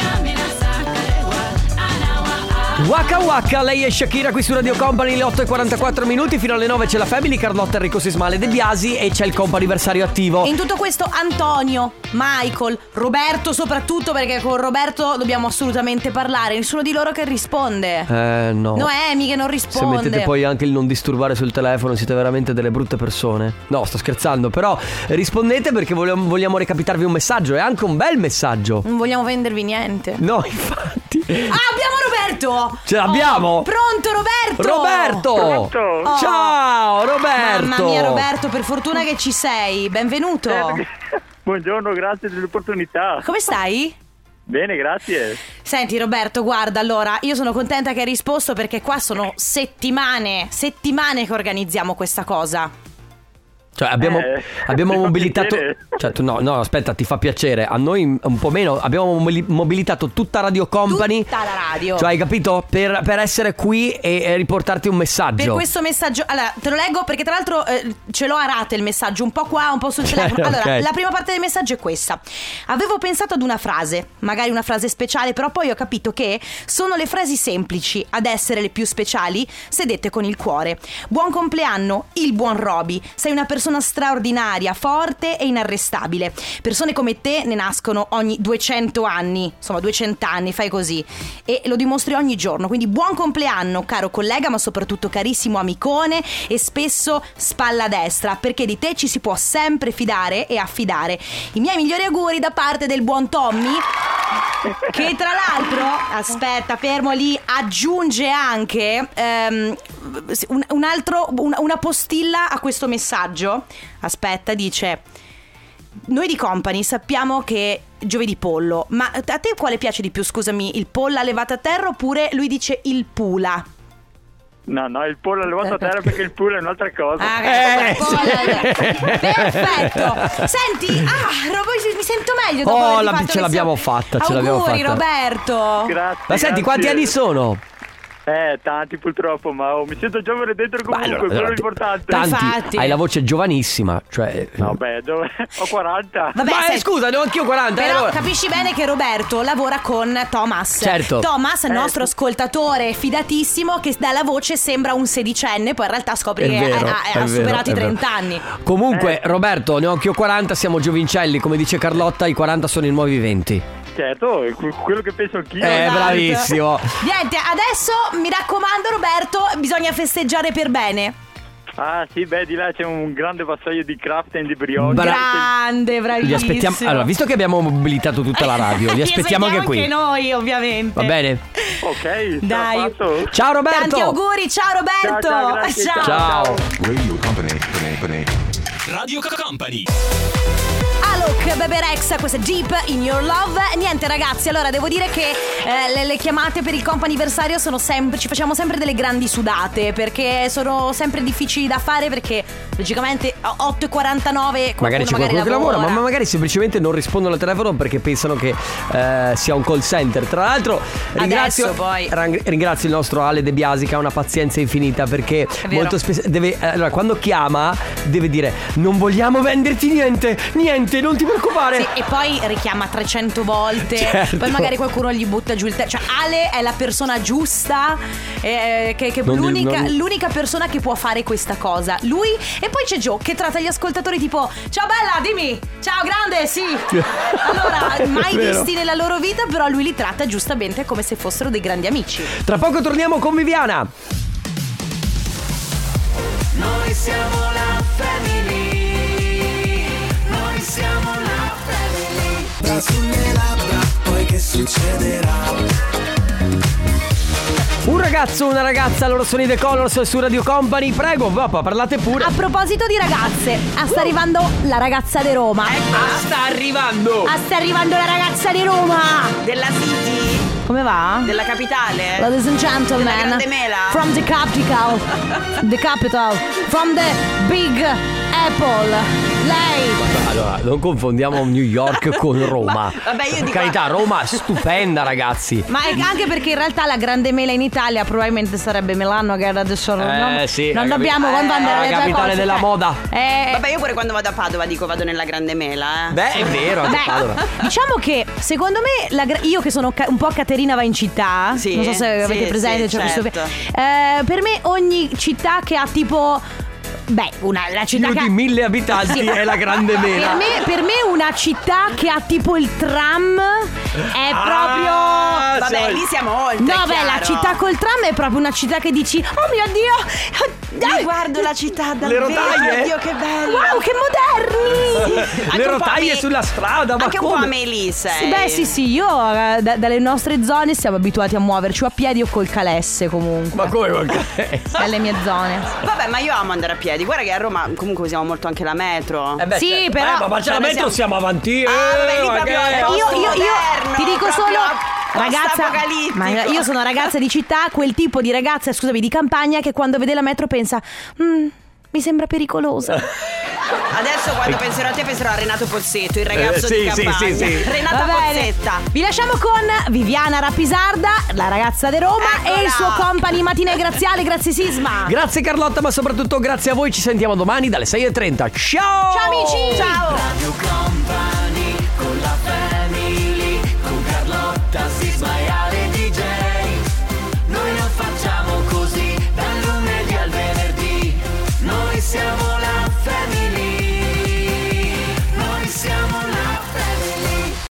Waka Waka, lei è Shakira qui su Radio Company, le otto e quarantaquattro minuti, fino alle nove c'è la Family, Carlotta, Enrico Sismale, De Biasi e c'è il comp'anniversario attivo.
E in tutto questo Antonio, Michael, Roberto soprattutto, perché con Roberto dobbiamo assolutamente parlare. Nessuno di loro che risponde.
Eh no.
Noemi che non
Se
risponde.
mettete poi anche il non disturbare sul telefono siete veramente delle brutte persone. No, sto scherzando, però rispondete perché vogliamo, vogliamo recapitarvi un messaggio, è anche un bel messaggio.
Non vogliamo vendervi niente.
No, infatti.
Ah, abbiamo Roberto!
Ce l'abbiamo?
Oh, pronto Roberto!
Roberto!
Pronto?
Oh.
Ciao Roberto!
Mamma mia Roberto, per fortuna che ci sei. Benvenuto.
Buongiorno, grazie dell'opportunità.
Come stai?
Bene, grazie.
Senti Roberto, guarda, allora io sono contenta che hai risposto perché qua sono settimane, settimane che organizziamo questa cosa.
Cioè abbiamo,
Eh,
abbiamo
mi fa
mobilitato
piacere.
cioè, tu- no, no, aspetta, ti fa piacere. A noi un po' meno. Abbiamo mobili- mobilitato tutta Radio Company.
Tutta la radio.
Cioè hai capito? Per, per essere qui e, e riportarti un messaggio.
Per questo messaggio, allora te lo leggo perché tra l'altro eh, ce l'ho a rate il messaggio, un po' qua, un po' sul telefono. Allora,
ok.
la prima parte del messaggio è questa. Avevo pensato ad una frase, magari una frase speciale, però poi ho capito che sono le frasi semplici ad essere le più speciali se dette con il cuore. Buon compleanno, il buon Roby. Sei una persona persona straordinaria, forte e inarrestabile. Persone come te ne nascono ogni duecento anni, insomma duecento anni, fai così, e lo dimostri ogni giorno. Quindi buon compleanno caro collega, ma soprattutto carissimo amicone e spesso spalla destra, perché di te ci si può sempre fidare e affidare. I miei migliori auguri da parte del buon Tommy, che tra l'altro, aspetta, fermo lì, aggiunge anche um, un, un altro, una, una postilla a questo messaggio. Aspetta, dice: noi di Company sappiamo che giovedì pollo, ma a te quale piace di più, scusami, il pollo allevato a terra oppure lui dice il pula?
No, no, il pollo allevato a terra, perché il pool è un'altra cosa.
Ah, eh, sì. Perfetto. Senti, ah, mi sento meglio dopo
Oh,
averti
la,
fatto
ce l'abbiamo
questo-
fatta, ce
Auguri,
l'abbiamo fatta.
Roberto.
Grazie.
Ma senti, quanti
grazie.
anni sono?
Eh, tanti purtroppo, ma oh, mi sento giovane dentro comunque,
allora,
quello
allora,
è l'importante.
Tanti, hai la voce giovanissima, cioè...
Vabbè, dove... ho quaranta.
Vabbè,
Ma eh,
sai-
scusa, ne ho anch'io quaranta.
Però
allora.
capisci bene che Roberto lavora con Thomas.
Certo.
Thomas è il
Eh,
nostro
sì.
ascoltatore fidatissimo, che dalla voce sembra un sedicenne, poi in realtà scopri
È
che
vero,
ha,
è
ha
vero,
superato
è
i
vero.
trenta anni.
Comunque, Roberto, ne ho anch'io quaranta, siamo giovincelli. Come dice Carlotta, i quaranta sono i nuovi venti.
Certo, è que- quello che penso anch'io.
Eh, bravissimo.
Niente, adesso mi raccomando Roberto, bisogna festeggiare per bene.
Ah sì, beh, di là c'è un grande vassoio di craft and di brioche.
Grande, bravissimo.
Li aspettiamo. Allora, visto che abbiamo mobilitato tutta la radio, li aspettiamo anche qui.
anche noi, ovviamente.
Va bene?
Ok,
Dai.
fatto.
Ciao Roberto.
Tanti auguri, ciao Roberto.
Ciao, ciao, grazie, ciao.
Ciao.
Radio Company. Radio Company.
Alok, Bebe Rexha, questa è Deep in Your Love. Niente ragazzi, allora devo dire che eh, le, le chiamate per il comp'anniversario sono sempre, ci facciamo sempre delle grandi sudate, perché sono sempre difficili da fare, perché logicamente otto e quarantanove
Magari c'è qualcuno che lavora, ma magari semplicemente non rispondono al telefono perché pensano che eh, sia un call center. Tra l'altro ringrazio,
Adesso poi.
rang- ringrazio il nostro Ale De Biasi, che ha una pazienza infinita, perché
vero.
molto spesso deve, eh, allora, quando chiama deve dire: non vogliamo venderti niente, niente, non ti preoccupare.
Sì, e poi richiama trecento volte.
Certo.
Poi magari qualcuno gli butta giù il telefono. Cioè Ale è la persona giusta, eh, che, che
Non di-
l'unica,
non-
l'unica persona che può fare questa cosa. Lui. E poi c'è Joe che tratta gli ascoltatori tipo: ciao bella, dimmi. Ciao grande, sì. Allora, mai
Vero.
visti nella loro vita, però lui li tratta giustamente come se fossero dei grandi amici.
Tra poco torniamo con Viviana.
Noi siamo la family. Noi siamo la family. Tra sulle labbra, poi che succederà?
Un ragazzo, una ragazza, loro sono i The Colors su Radio Company. Prego, papà, parlate pure.
A proposito di ragazze, ah, sta arrivando la ragazza di Roma.
Ah, sta arrivando.
Ah, sta arrivando la ragazza di Roma.
Della City?
Come va?
Della capitale?
Ladies and gentlemen,
Della grande mela?
from the capital, the capital, from the big apple. Lei.
Allora, non confondiamo New York con Roma.
vabbè, io
Per
dico-
carità, Roma è stupenda, ragazzi.
Ma è anche perché in realtà la grande mela in Italia probabilmente sarebbe Milano, che era adesso
Eh,
non,
sì,
non
la
dobbiamo
capi-
quando
eh,
andare
la
alle altre
capitale
cose,
della
cioè,
moda.
eh,
Vabbè, io pure quando vado a Padova dico vado nella grande mela, eh.
Beh, è vero, anche
Beh,
Padova.
diciamo che secondo me la gra- io che sono ca- un po' Caterina va in città,
Sì,
non so se
sì,
avete presente,
sì,
c'è questo-
certo.
eh, per me ogni città che ha tipo beh, una la città
Più
che
di
ha-
mille abitanti
Sì.
è la grande mela.
Per me, per me una città che ha tipo il tram è
Ah,
proprio
Vabbè,
siamo-
lì siamo oltre.
No,
è
beh, la
chiaro.
città col tram è proprio una città che dici: oh mio Dio,
Dai, guardo la città dal
Le
vetro,
rotaie?
Oddio, che bello.
wow, che moderni!
Anche
Le
un po'
rotaie
a me-
sulla strada, ma
Anche un po'
come?
a Meli sei.
Sì, beh, sì, sì, io eh, da- dalle nostre zone siamo abituati a muoverci o a piedi o col calesse comunque.
Ma come manca-
Dalle mie zone.
Vabbè, ma io amo andare a piedi. Guarda che a Roma comunque usiamo molto anche la metro.
Eh beh,
Sì,
certo.
però-
Eh, ma, ma c'è
cioè,
la
noi
metro,
siamo-
siamo avanti. eh,
Ah, vabbè, lì
ma
proprio
che-
è
Io,
posto
io, io
moderno,
ti dico
proprio
solo ragazza,
post-apocalittico.
ma io sono ragazza di città, quel tipo di ragazza, scusami, di campagna che quando vede la metro pensa: "Mm, mi sembra pericolosa".
Adesso quando penserò a te penserò a Renato Pozzetto, il ragazzo
Eh, sì,
di
sì,
campagna.
sì, sì.
Renato
Va bene.
Pozzetta.
Vi lasciamo con Viviana Rapisarda, la ragazza di Roma,
Eccola.
e il suo company mattina graziale. Grazie Sisma.
Grazie Carlotta, ma soprattutto grazie a voi. Ci sentiamo domani dalle sei e trenta. Ciao!
Ciao amici. Ciao.
Radio Company con la family, con Carlotta, Sisma e Ale D J. Noi lo facciamo così, dal lunedì al venerdì. Noi siamo la family.